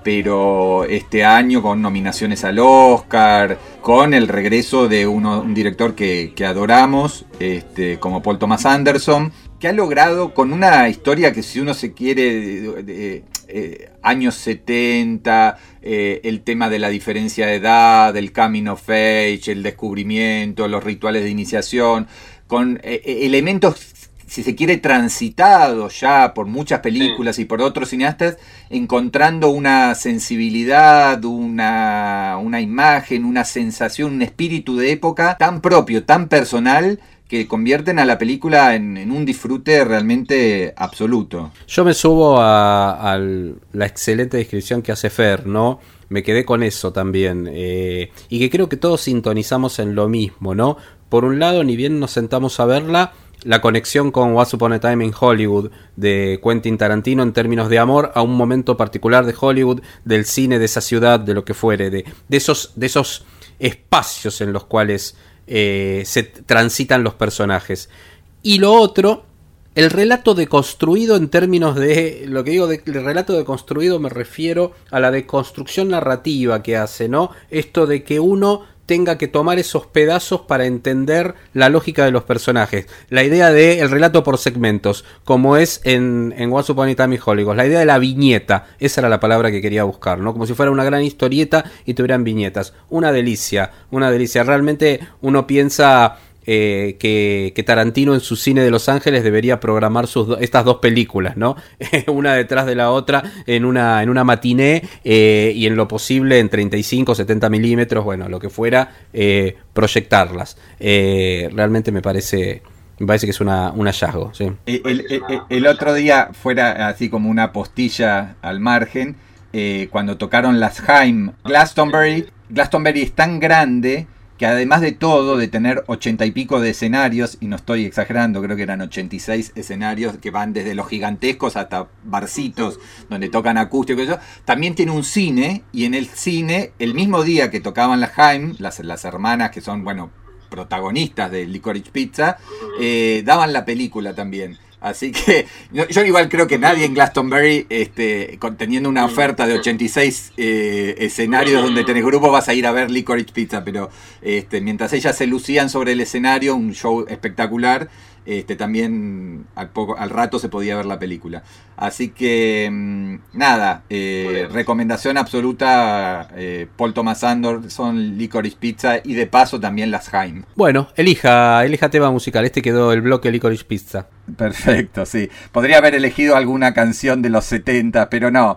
pero este año con nominaciones al Oscar, con el regreso de uno, un director que, que adoramos, este, como Paul Thomas Anderson, que ha logrado con una historia que, si uno se quiere, de, de, eh, años setenta, eh, el tema de la diferencia de edad, el coming of age, el descubrimiento, los rituales de iniciación, con eh, elementos, si se quiere, transitados ya por muchas películas y por otros cineastas, encontrando una sensibilidad, una, una imagen, una sensación, un espíritu de época tan propio, tan personal, que convierten a la película en, en un disfrute realmente absoluto. Yo me subo a, a la excelente descripción que hace Fer, ¿no? Me quedé con eso también. Eh, y que creo que todos sintonizamos en lo mismo, ¿no? Por un lado, ni bien nos sentamos a verla, la conexión con Once Upon a Time in Hollywood de Quentin Tarantino en términos de amor a un momento particular de Hollywood, del cine, de esa ciudad, de lo que fuere, de, de, esos, de esos espacios en los cuales eh, se transitan los personajes. Y lo otro, el relato deconstruido en términos de, lo que digo de el relato deconstruido me refiero a la deconstrucción narrativa que hace, ¿no? Esto de que uno tenga que tomar esos pedazos para entender la lógica de los personajes. La idea de el relato por segmentos, como es en, en Once Upon a Time in Hollywood. La idea de la viñeta, esa era la palabra que quería buscar, ¿no? Como si fuera una gran historieta y tuvieran viñetas. Una delicia, una delicia. Realmente uno piensa eh, que, que Tarantino en su cine de Los Ángeles debería programar sus do- estas dos películas, ¿no? Una detrás de la otra en una, en una matiné eh, y en lo posible en treinta y cinco, setenta milímetros, bueno, lo que fuera, eh, proyectarlas. Eh, realmente me parece... Me parece que es una, un hallazgo, sí. El, el, el, el otro día, fuera así como una postilla al margen, eh, cuando tocaron las Haim, Glastonbury, Glastonbury es tan grande que además de todo, de tener ochenta y pico de escenarios, y no estoy exagerando, creo que eran ochenta y seis escenarios que van desde los gigantescos hasta barcitos donde tocan acústico y eso, también tiene un cine, y en el cine, el mismo día que tocaban las Haim, las, las hermanas que son, bueno, protagonistas de Licorice Pizza, eh, daban la película también. Así que yo, yo igual creo que nadie en Glastonbury, este, teniendo una oferta de ochenta y seis eh, escenarios donde tenés grupos, vas a ir a ver Licorice Pizza, pero este, mientras ellas se lucían sobre el escenario, un show espectacular, este, también al, poco, al rato se podía ver la película. Así que nada, eh, recomendación absoluta, eh, Paul Thomas Anderson, Licorice Pizza, y de paso también las Haim. Bueno, elija, elija tema musical. Este quedó el bloque Licorice Pizza. Perfecto, sí. Podría haber elegido alguna canción de los setenta, pero no.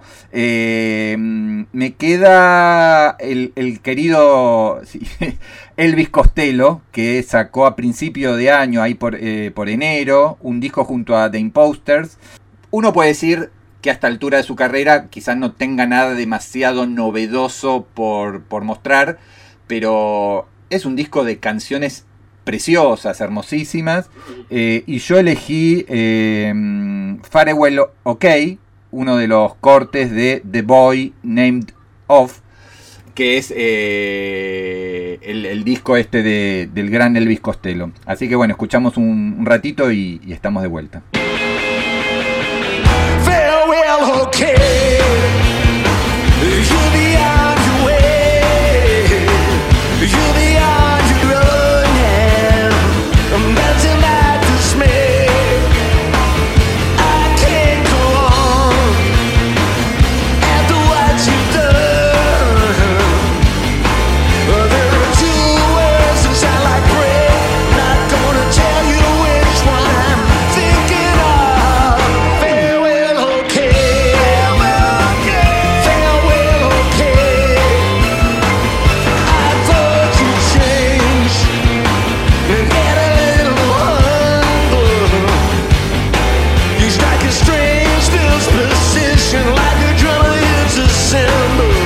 Eh, me queda el, el querido sí, Elvis Costello, que sacó a principio de año, ahí por, eh, por enero, un disco junto a The Imposters. Uno puede decir, que a esta altura de su carrera quizás no tenga nada demasiado novedoso por, por mostrar, pero es un disco de canciones preciosas, hermosísimas, eh, y yo elegí eh, Farewell OK, uno de los cortes de The Boy Named Off, que es eh, el, el disco este de, del gran Elvis Costello. Así que bueno, escuchamos un, un ratito y, y estamos de vuelta. Farewell, okay. You'll be on your way. You'll be on your own now. I'm melting my dismay. I can't go on after what you've done. There are two words that sound like prayer. Not gonna tell you which one I'm thinking of. Farewell, okay. Farewell, okay. I thought you'd change and get a little humble. You strike a strange disposition like a drummer hits a cymbal.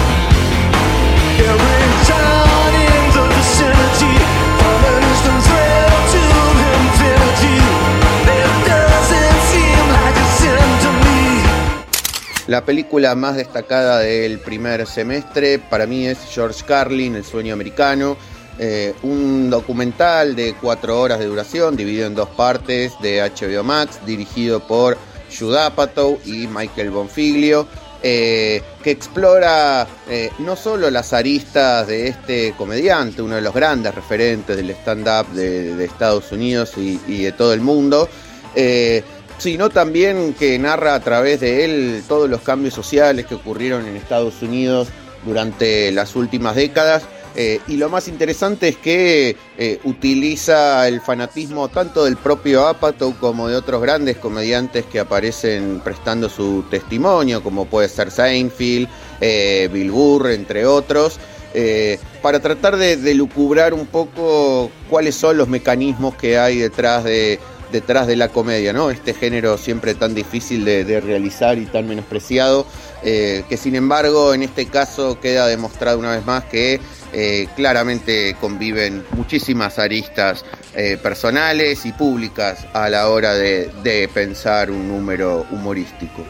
Every town in the vicinity, from an instant thrill to infinity, it doesn't seem like a sin to me. La película más destacada del primer semestre para mí es George Carlin, El sueño americano, eh, un documental de cuatro horas de duración, dividido en dos partes, de H B O Max, dirigido por Judd Apatow y Michael Bonfiglio, eh, que explora eh, no solo las aristas de este comediante, uno de los grandes referentes del stand-up de, de Estados Unidos y, y de todo el mundo, eh, sino también que narra a través de él todos los cambios sociales que ocurrieron en Estados Unidos durante las últimas décadas. Eh, y lo más interesante es que eh, utiliza el fanatismo tanto del propio Apatow como de otros grandes comediantes que aparecen prestando su testimonio, como puede ser Seinfeld, eh, Bill Burr, entre otros, eh, para tratar de, de lucubrar un poco cuáles son los mecanismos que hay detrás de, detrás de la comedia, ¿no? Este género siempre tan difícil de, de realizar y tan menospreciado, eh, que sin embargo en este caso queda demostrado una vez más que eh, claramente conviven muchísimas aristas eh, personales y públicas a la hora de, de pensar un número humorístico.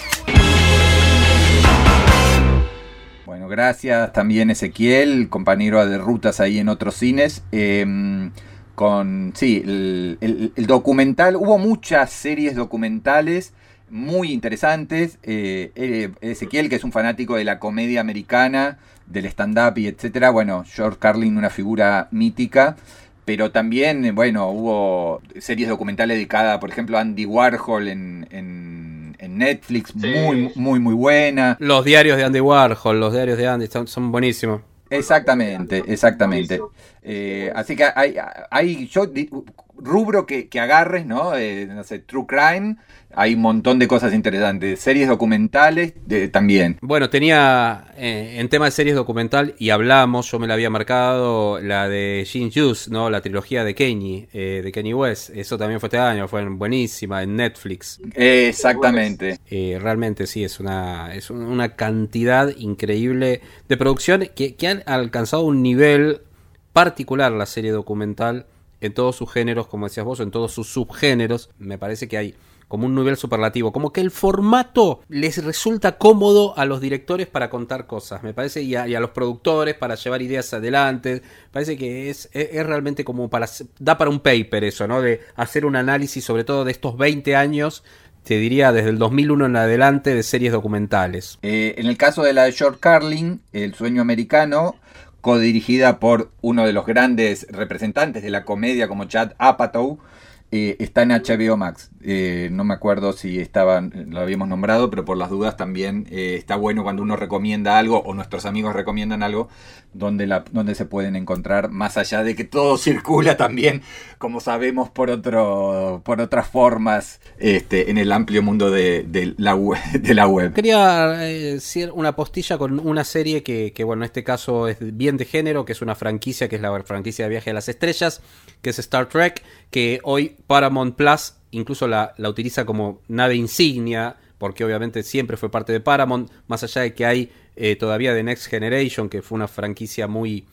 Bueno, gracias también Ezequiel, compañero de rutas ahí en otros cines. Eh, con, sí, el, el, el documental, hubo muchas series documentales muy interesantes. Eh, eh, Ezequiel, que es un fanático de la comedia americana, del stand-up y etcétera. Bueno, George Carlin, una figura mítica. Pero también, bueno, hubo series documentales dedicadas, por ejemplo, a Andy Warhol en, en, en Netflix, sí. muy, muy, muy buena. Los diarios de Andy Warhol, los diarios de Andy son, son buenísimos. Exactamente, exactamente. Eh, así que hay, hay yo rubro que, que agarres, ¿no? Eh, no sé, True Crime, hay un montón de cosas interesantes. Series documentales de, también. Bueno, tenía eh, en tema de series documental, y hablamos, yo me la había marcado, la de Gene Hughes, ¿no? La trilogía de Kanye, eh, de Kanye West. Eso también fue este año, fue buenísima en Netflix. Eh, exactamente. Eh, realmente sí, es una, es una cantidad increíble de producción que, que han alcanzado un nivel particular, la serie documental, en todos sus géneros, como decías vos, en todos sus subgéneros. Me parece que hay como un nivel superlativo, como que el formato les resulta cómodo a los directores para contar cosas, me parece, y a, y a los productores para llevar ideas adelante. Parece que es, es, es realmente como para, da para un paper eso, ¿no? De hacer un análisis sobre todo de estos veinte años, te diría desde el dos mil uno en adelante, de series documentales. Eh, en el caso de la de George Carlin, El sueño americano, codirigida por uno de los grandes representantes de la comedia como Judd Apatow, eh, está en H B O Max. Eh, no me acuerdo si estaban, lo habíamos nombrado, pero por las dudas también eh, está bueno cuando uno recomienda algo o nuestros amigos recomiendan algo donde, la, donde se pueden encontrar, más allá de que todo circula también, como sabemos, por otro por otras formas este, en el amplio mundo de, de, la, web, de la web. Quería eh, decir una postilla con una serie que, que, bueno, en este caso es bien de género, que es una franquicia, que es la franquicia de Viaje a las Estrellas, que es Star Trek, que hoy Paramount Plus incluso la, la utiliza como nave insignia porque obviamente siempre fue parte de Paramount, más allá de que hay eh, todavía The Next Generation, que fue una franquicia muy,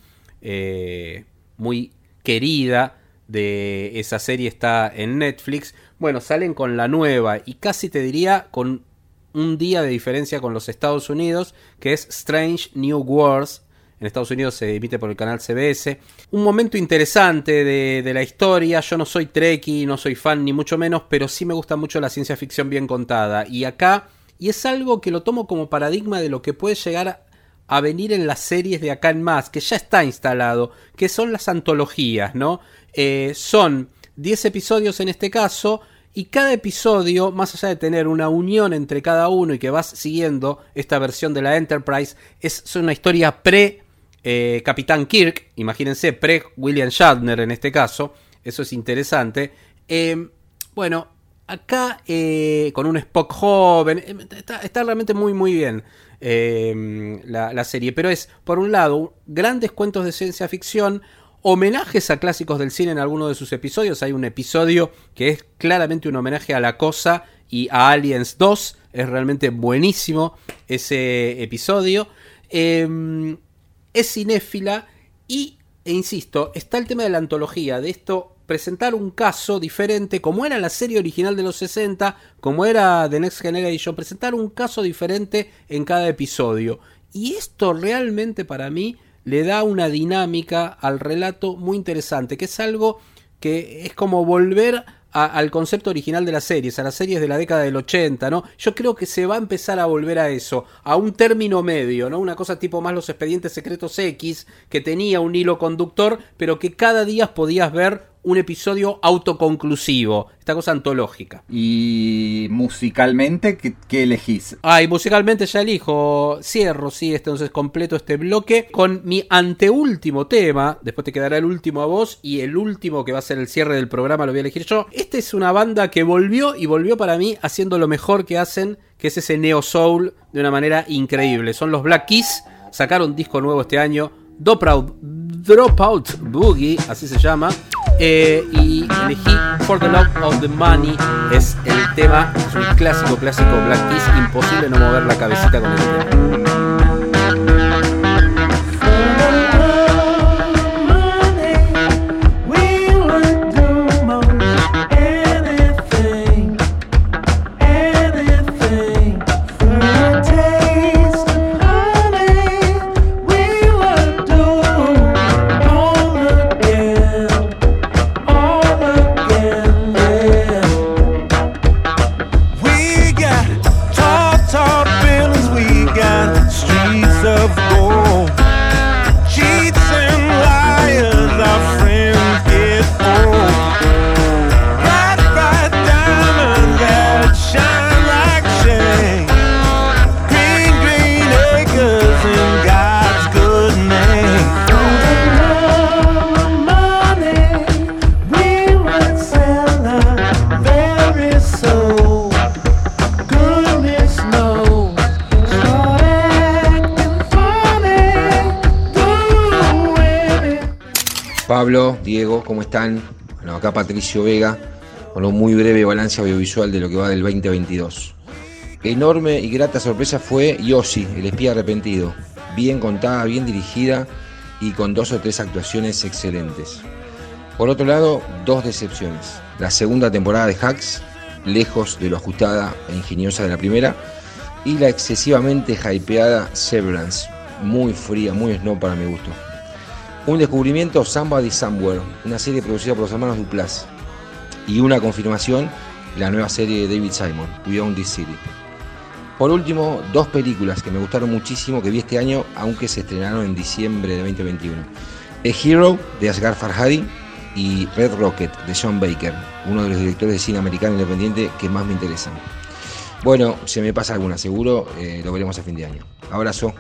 eh, muy querida de esa serie, está en Netflix. Bueno, salen con la nueva y casi te diría con un día de diferencia con los Estados Unidos, que es Strange New Worlds. En Estados Unidos se emite por el canal C B S. Un momento interesante de, de la historia. Yo no soy Trekkie, no soy fan ni mucho menos, pero sí me gusta mucho la ciencia ficción bien contada. Y acá, y es algo que lo tomo como paradigma de lo que puede llegar a, a venir en las series de acá en más, que ya está instalado, que son las antologías, ¿no? Eh, son diez episodios en este caso, y cada episodio, más allá de tener una unión entre cada uno y que vas siguiendo esta versión de la Enterprise, es, es una historia pre eh, Capitán Kirk, imagínense, pre William Shatner en este caso, eso es interesante. Eh, bueno, acá eh, con un Spock joven, eh, está, está realmente muy muy bien eh, la, la serie, pero es, por un lado, grandes cuentos de ciencia ficción, homenajes a clásicos del cine en algunos de sus episodios. Hay un episodio que es claramente un homenaje a La Cosa y a Aliens dos. Es realmente buenísimo ese episodio. Eh, es cinéfila y, e insisto, está el tema de la antología, de esto, presentar un caso diferente, como era la serie original de los sesenta, como era The Next Generation, presentar un caso diferente en cada episodio. Y esto realmente para mí le da una dinámica al relato muy interesante, que es algo que es como volver a, al concepto original de las series, a las series de la década del ochenta, ¿no? Yo creo que se va a empezar a volver a eso, a un término medio, ¿no? Una cosa tipo más Los Expedientes Secretos X, que tenía un hilo conductor, pero que cada día podías ver un episodio autoconclusivo, esta cosa antológica. Y musicalmente, ¿qué, qué elegís? Ah, y musicalmente ya elijo, cierro, sí, entonces completo este bloque con mi anteúltimo tema, después te quedará el último a vos, y el último que va a ser el cierre del programa lo voy a elegir yo. Esta es una banda que volvió, y volvió para mí haciendo lo mejor que hacen, que es ese neo soul de una manera increíble. Son los Black Keys, sacaron disco nuevo este año, Dropout, Dropout Boogie, así se llama. Eh, y elegí For the Love of the Money, es el tema, es un clásico, clásico Black Keys, imposible no mover la cabecita con el tema. Pablo, Diego, ¿cómo están? Bueno, acá Patricio Vega, con un muy breve balance audiovisual de lo que va del veinte veintidós. Enorme y grata sorpresa fue Yossi, el espía arrepentido. Bien contada, bien dirigida y con dos o tres actuaciones excelentes. Por otro lado, dos decepciones. La segunda temporada de Hacks, lejos de lo ajustada e ingeniosa de la primera, y la excesivamente hypeada Severance, muy fría, muy snob para mi gusto. Un descubrimiento, Somebody Somewhere, una serie producida por los hermanos Duplass. Y una confirmación, la nueva serie de David Simon, We Own This City. Por último, dos películas que me gustaron muchísimo que vi este año, aunque se estrenaron en diciembre de veinte veintiuno. A Hero, de Asghar Farhadi, y Red Rocket, de Sean Baker, uno de los directores de cine americano independiente que más me interesan. Bueno, se me pasa alguna, seguro, eh, lo veremos a fin de año. Abrazo.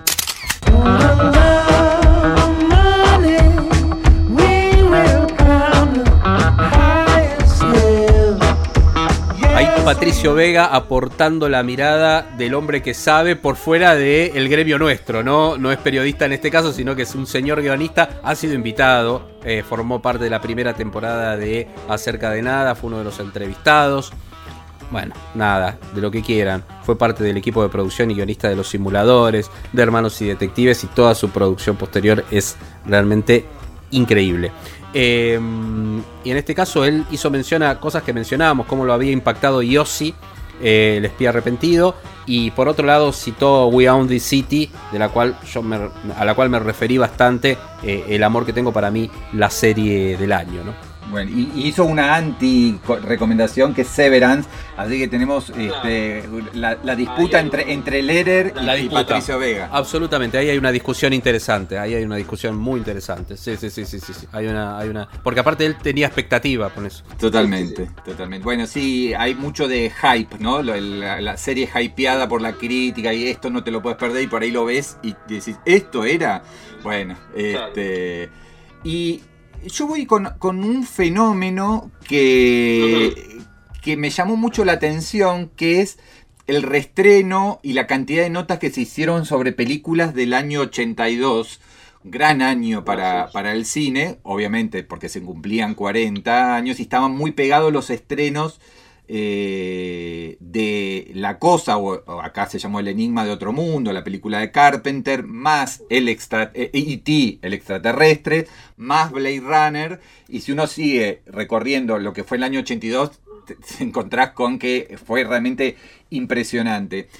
Ahí Patricio Vega aportando la mirada del hombre que sabe por fuera del gremio nuestro, ¿no? No es periodista en este caso, sino que es un señor guionista, ha sido invitado, eh, formó parte de la primera temporada de Acerca de Nada, fue uno de los entrevistados. bueno, nada, de lo que quieran. Fue parte del equipo de producción y guionista de Los Simuladores, de Hermanos y Detectives, y toda su producción posterior es realmente increíble. Eh, y en este caso él hizo mención a cosas que mencionábamos, cómo lo había impactado Yossi, eh, el espía arrepentido, y por otro lado citó We Own This City, de la cual yo me, a la cual me referí bastante, eh, el amor que tengo para mí, la serie del año, ¿no? Bueno, y hizo una anti-recomendación que es Severance, así que tenemos este, la, la disputa entre, entre Lehrer y, La y disputa. Patricio Vega. Absolutamente, ahí hay una discusión interesante, ahí hay una discusión muy interesante. Sí, sí, sí, sí, sí, sí. Hay una, hay una, porque aparte él tenía expectativa con eso. Totalmente, totalmente. Bueno, sí, hay mucho de hype, ¿no? Lo- La, la serie hypeada por la crítica y esto no te lo puedes perder y por ahí lo ves y decís, ¿esto era? Bueno, este... Y yo voy con, con un fenómeno que, que me llamó mucho la atención, que es el reestreno y la cantidad de notas que se hicieron sobre películas del año ochenta y dos. Gran año para, para el cine, obviamente porque se cumplían cuarenta años y estaban muy pegados los estrenos eh, de La Cosa, o, o acá se llamó El Enigma de Otro Mundo, la película de Carpenter, más el extra, eh, E T, el extraterrestre, más Blade Runner, y si uno sigue recorriendo lo que fue el año ochenta y dos, te, te encontrás con que fue realmente impresionante.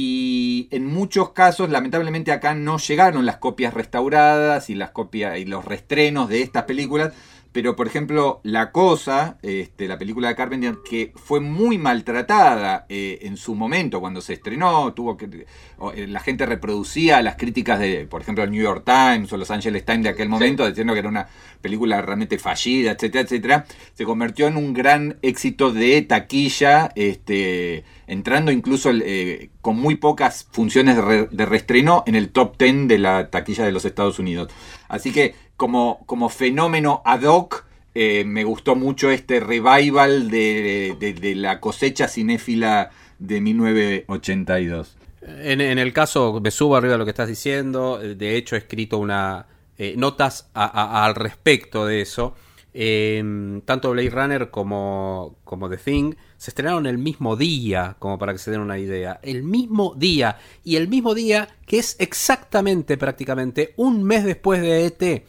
Y en muchos casos, lamentablemente acá no llegaron las copias restauradas y las copias y los reestrenos de estas películas. Pero, por ejemplo, La Cosa, este, la película de Carpenter, que fue muy maltratada eh, en su momento cuando se estrenó, tuvo que o, eh, la gente reproducía las críticas de, por ejemplo, el New York Times o Los Angeles Times de aquel momento, sí, diciendo que era una película realmente fallida, etcétera, etcétera. Se convirtió en un gran éxito de taquilla, este, entrando incluso eh, con muy pocas funciones de, re, de reestreno en el top diez de la taquilla de los Estados Unidos. Así que, Como, como fenómeno ad hoc, eh, me gustó mucho este revival de, de, de la cosecha cinéfila de mil novecientos ochenta y dos. En, en el caso, me subo arriba de lo que estás diciendo, de hecho he escrito una eh, notas a, a, al respecto de eso. Eh, tanto Blade Runner como, como The Thing se estrenaron el mismo día, como para que se den una idea. El mismo día, y el mismo día que es exactamente, prácticamente, un mes después de E T.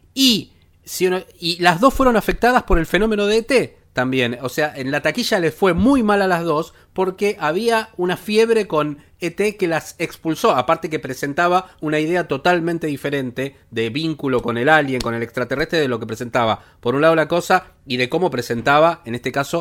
Y, si uno, y las dos fueron afectadas por el fenómeno de E T también. O sea, en la taquilla les fue muy mal a las dos porque había una fiebre con E T que las expulsó. Aparte que presentaba una idea totalmente diferente de vínculo con el alien, con el extraterrestre, de lo que presentaba por un lado La Cosa y de cómo presentaba, en este caso,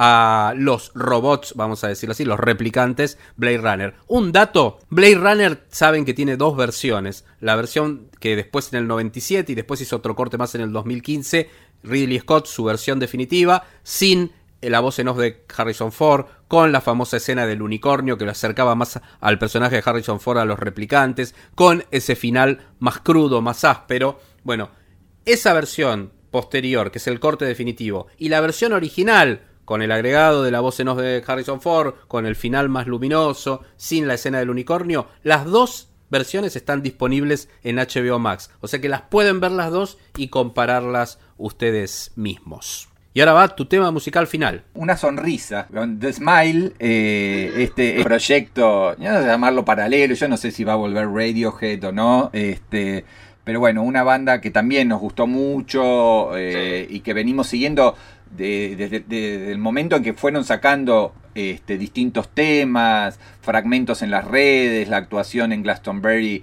a los robots, vamos a decirlo así, los replicantes Blade Runner. Un dato, Blade Runner saben que tiene dos versiones. La versión que después en el noventa y siete y después hizo otro corte más en el dos mil quince, Ridley Scott, su versión definitiva, sin la voz en off de Harrison Ford, con la famosa escena del unicornio que lo acercaba más al personaje de Harrison Ford a los replicantes, con ese final más crudo, más áspero. Bueno, esa versión posterior, que es el corte definitivo, y la versión original, con el agregado de la voz en off de Harrison Ford, con el final más luminoso, sin la escena del unicornio, las dos versiones están disponibles en H B O Max. O sea que las pueden ver las dos y compararlas ustedes mismos. Y ahora va tu tema musical final. Una sonrisa. The Smile, eh, este proyecto, yo no sé llamarlo paralelo, yo no sé si va a volver Radiohead o no, este... pero bueno, una banda que también nos gustó mucho eh, y que venimos siguiendo desde de, de, de, el momento en que fueron sacando este, distintos temas, fragmentos en las redes, la actuación en Glastonbury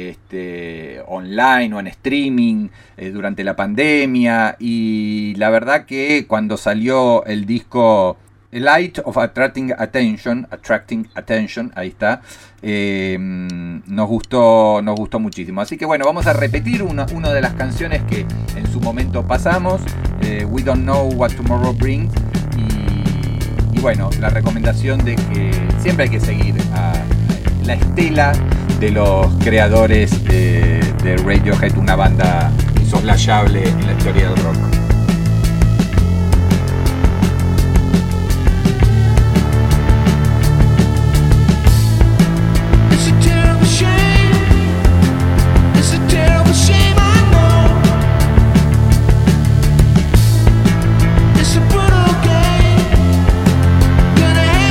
este, online o en streaming eh, durante la pandemia. Y la verdad que cuando salió el disco The Light of Attracting Attention, Attracting Attention, ahí está, eh, nos gustó, nos gustó muchísimo. Así que bueno, vamos a repetir una, una de las canciones que en su momento pasamos, eh, We Don't Know What Tomorrow Brings, y, y bueno, la recomendación de que siempre hay que seguir a la estela de los creadores de, de Radiohead, una banda insoslayable en la historia del rock. Gonna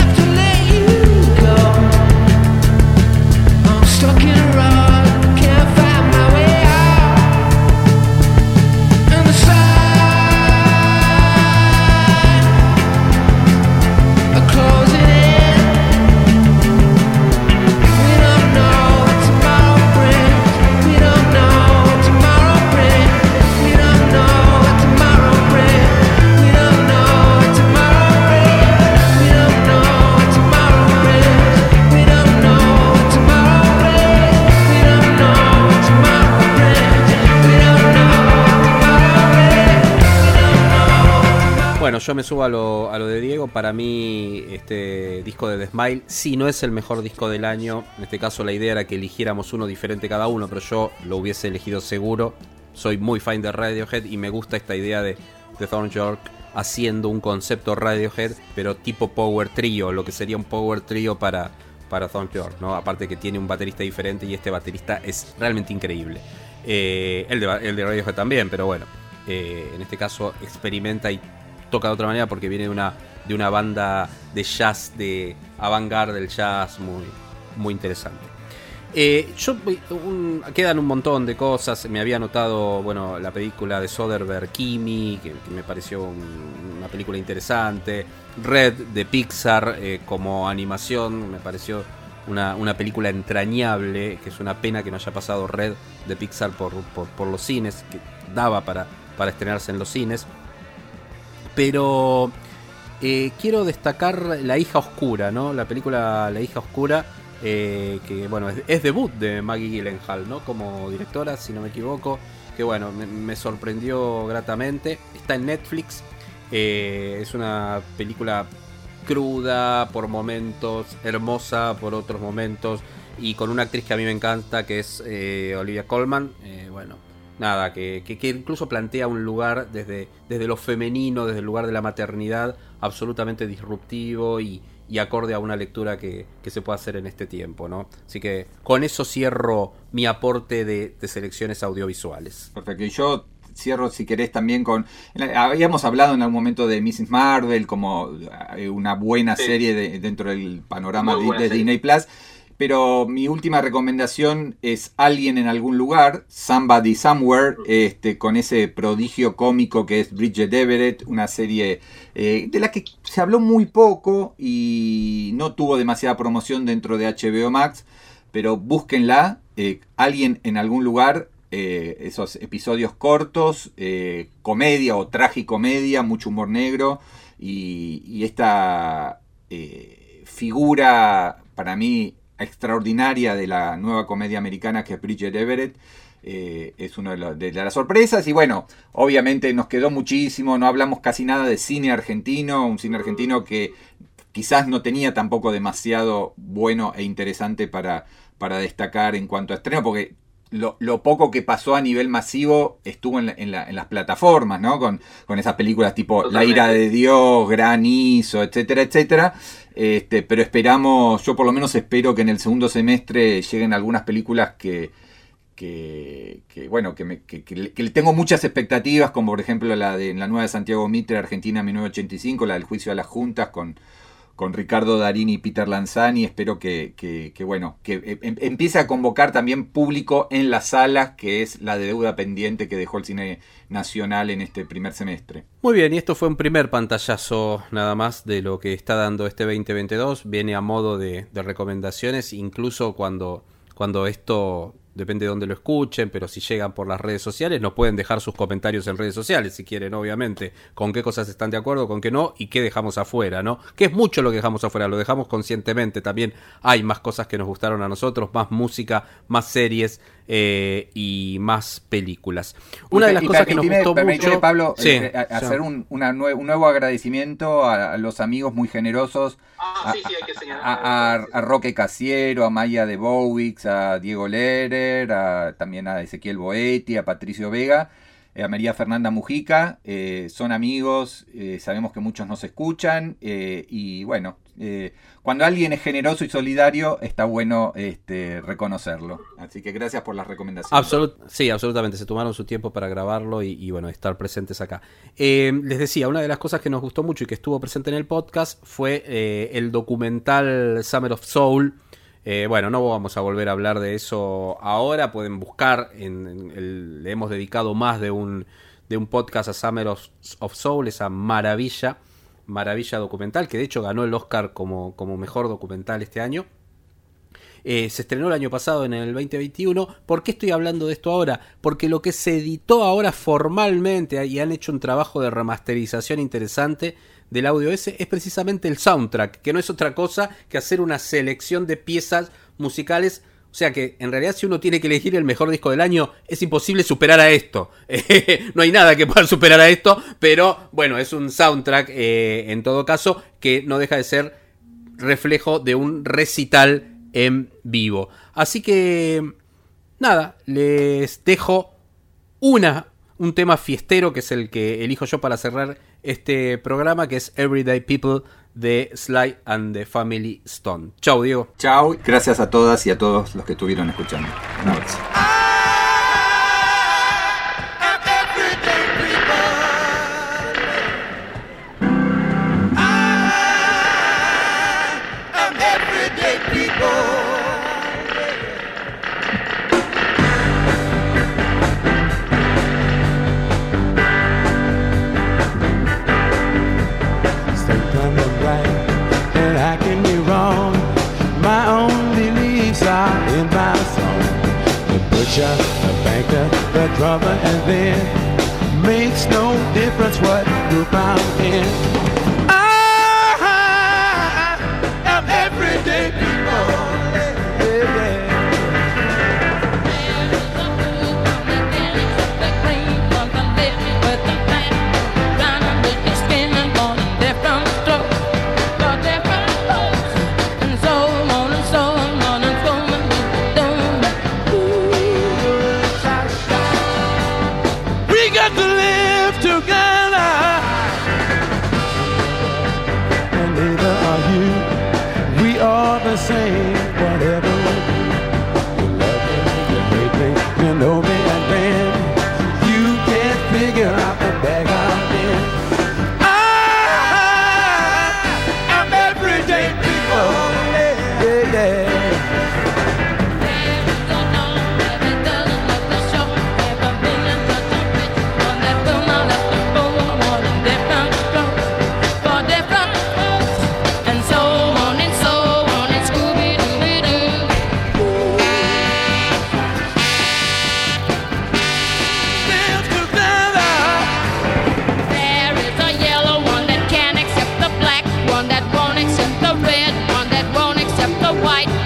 Bueno, yo me subo a lo, a lo de Diego. Para mí, este disco de The Smile, sí, no es el mejor disco del año. En este caso, la idea era que eligiéramos uno diferente cada uno, pero yo lo hubiese elegido seguro. Soy muy fan de Radiohead y me gusta esta idea de, de Thom Yorke haciendo un concepto Radiohead, pero tipo Power Trio, lo que sería un Power Trio para, para Thom Yorke, ¿no? Aparte que tiene un baterista diferente y este baterista es realmente increíble. Eh, el, de, el de Radiohead también, pero bueno, eh, en este caso experimenta y toca de otra manera porque viene de una, de una banda de jazz, de avant-garde del jazz muy, muy interesante. Eh, yo un, quedan un montón de cosas. Me había notado, bueno, la película de Soderbergh, Kimi, que, que me pareció un, una película interesante. Red de Pixar, eh, como animación, me pareció una, una película entrañable, que es una pena que no haya pasado Red de Pixar por, por, por los cines, que daba para, para estrenarse en los cines. Pero eh, quiero destacar La hija oscura, ¿no? La película La hija oscura. Eh, que bueno, es, es debut de Maggie Gyllenhaal, ¿no? Como directora, si no me equivoco. Que bueno, me, me sorprendió gratamente. Está en Netflix. Eh, es una película cruda por momentos, hermosa por otros momentos, y con una actriz que a mí me encanta, que es eh, Olivia Colman. Eh, bueno, nada, que, que, que incluso plantea un lugar desde, desde lo femenino, desde el lugar de la maternidad, absolutamente disruptivo y y acorde a una lectura que, que se puede hacer en este tiempo, ¿no? Así que con eso cierro mi aporte de, de selecciones audiovisuales. Perfecto, y yo cierro, si querés, también con... Habíamos hablado en algún momento de missus Marvel como una buena sí. serie de, dentro del panorama de, de Disney Plus, pero mi última recomendación es Alguien en algún lugar, Somebody Somewhere, este, con ese prodigio cómico que es Bridget Everett, una serie eh, de la que se habló muy poco y no tuvo demasiada promoción dentro de H B O Max, pero búsquenla, eh, Alguien en algún lugar, eh, esos episodios cortos, eh, comedia o tragicomedia, mucho humor negro, y, y esta eh, figura para mí extraordinaria de la nueva comedia americana que es Bridget Everett, eh, es una de, la, de las sorpresas. Y bueno, obviamente nos quedó muchísimo, no hablamos casi nada de cine argentino, un cine argentino que quizás no tenía tampoco demasiado bueno e interesante para, para destacar en cuanto a estreno, porque Lo, lo poco que pasó a nivel masivo estuvo en, la, en, la, en las plataformas, ¿no? Con, con esas películas tipo Totalmente. La ira de Dios, Granizo, etcétera, etcétera. Este, pero esperamos, yo por lo menos espero que en el segundo semestre lleguen algunas películas que, que, que bueno, que, me, que, que, que tengo muchas expectativas, como por ejemplo la de la nueva de Santiago Mitre, Argentina mil novecientos ochenta y cinco, la del juicio a las juntas con... con Ricardo Darín y Peter Lanzani. Espero que, que, que bueno, que em, empiece a convocar también público en las salas, que es la deuda pendiente que dejó el cine nacional en este primer semestre. Muy bien, y esto fue un primer pantallazo nada más de lo que está dando este veinte veintidós. Viene a modo de, de recomendaciones, incluso cuando, cuando esto... depende de dónde lo escuchen, pero si llegan por las redes sociales, nos pueden dejar sus comentarios en redes sociales, si quieren, obviamente, con qué cosas están de acuerdo, con qué no, y qué dejamos afuera, ¿no? Que es mucho lo que dejamos afuera, lo dejamos conscientemente, también hay más cosas que nos gustaron a nosotros, más música, más series eh, y más películas. Una de las cosas que nos gustó mucho... Pablo, sí, eh, a, a hacer un, una nue- un nuevo agradecimiento a, a los amigos muy generosos, Ah, sí, sí, hay que señalar. a, a, a Roque Casiero, a Maya de Bowix, a Diego Lehrer, a, también a Ezequiel Boetti, a Patricio Vega, eh, a María Fernanda Mujica. Eh, son amigos, eh, sabemos que muchos nos escuchan, eh, y bueno, eh, cuando alguien es generoso y solidario, está bueno este, reconocerlo. Así que gracias por las recomendaciones. Absolut- sí, absolutamente, se tomaron su tiempo para grabarlo y, y bueno, estar presentes acá. Eh, les decía, una de las cosas que nos gustó mucho y que estuvo presente en el podcast fue eh, el documental Summer of Soul. Eh, bueno, no vamos a volver a hablar de eso ahora, pueden buscar, en, en el, le hemos dedicado más de un, de un podcast a Summer of, of Soul, esa maravilla, maravilla documental, que de hecho ganó el Oscar como, como mejor documental este año. Eh, se estrenó el año pasado, en el veinte veintiuno. ¿Por qué estoy hablando de esto ahora? Porque lo que se editó ahora formalmente, y han hecho un trabajo de remasterización interesante del audio ese, es precisamente el soundtrack, que no es otra cosa que hacer una selección de piezas musicales O sea que en realidad si uno tiene que elegir el mejor disco del año, es imposible superar a esto. No hay nada que pueda superar a esto, pero bueno, es un soundtrack eh, en todo caso que no deja de ser reflejo de un recital en vivo. Así que nada, les dejo una, un tema fiestero que es el que elijo yo para cerrar este programa, que es Everyday People de Sly and the Family Stone. Chau, Diego. Chau, gracias a todas y a todos los que estuvieron escuchando. Un abrazo. A banker, the drummer, and then makes no difference what group I'm in. I am everyday people. Yeah, yeah. Same, whatever we do. You love me, you hate me, you know me, and then you can't figure out the bag I'm in. I, I'm everyday people. Yeah, yeah, yeah. White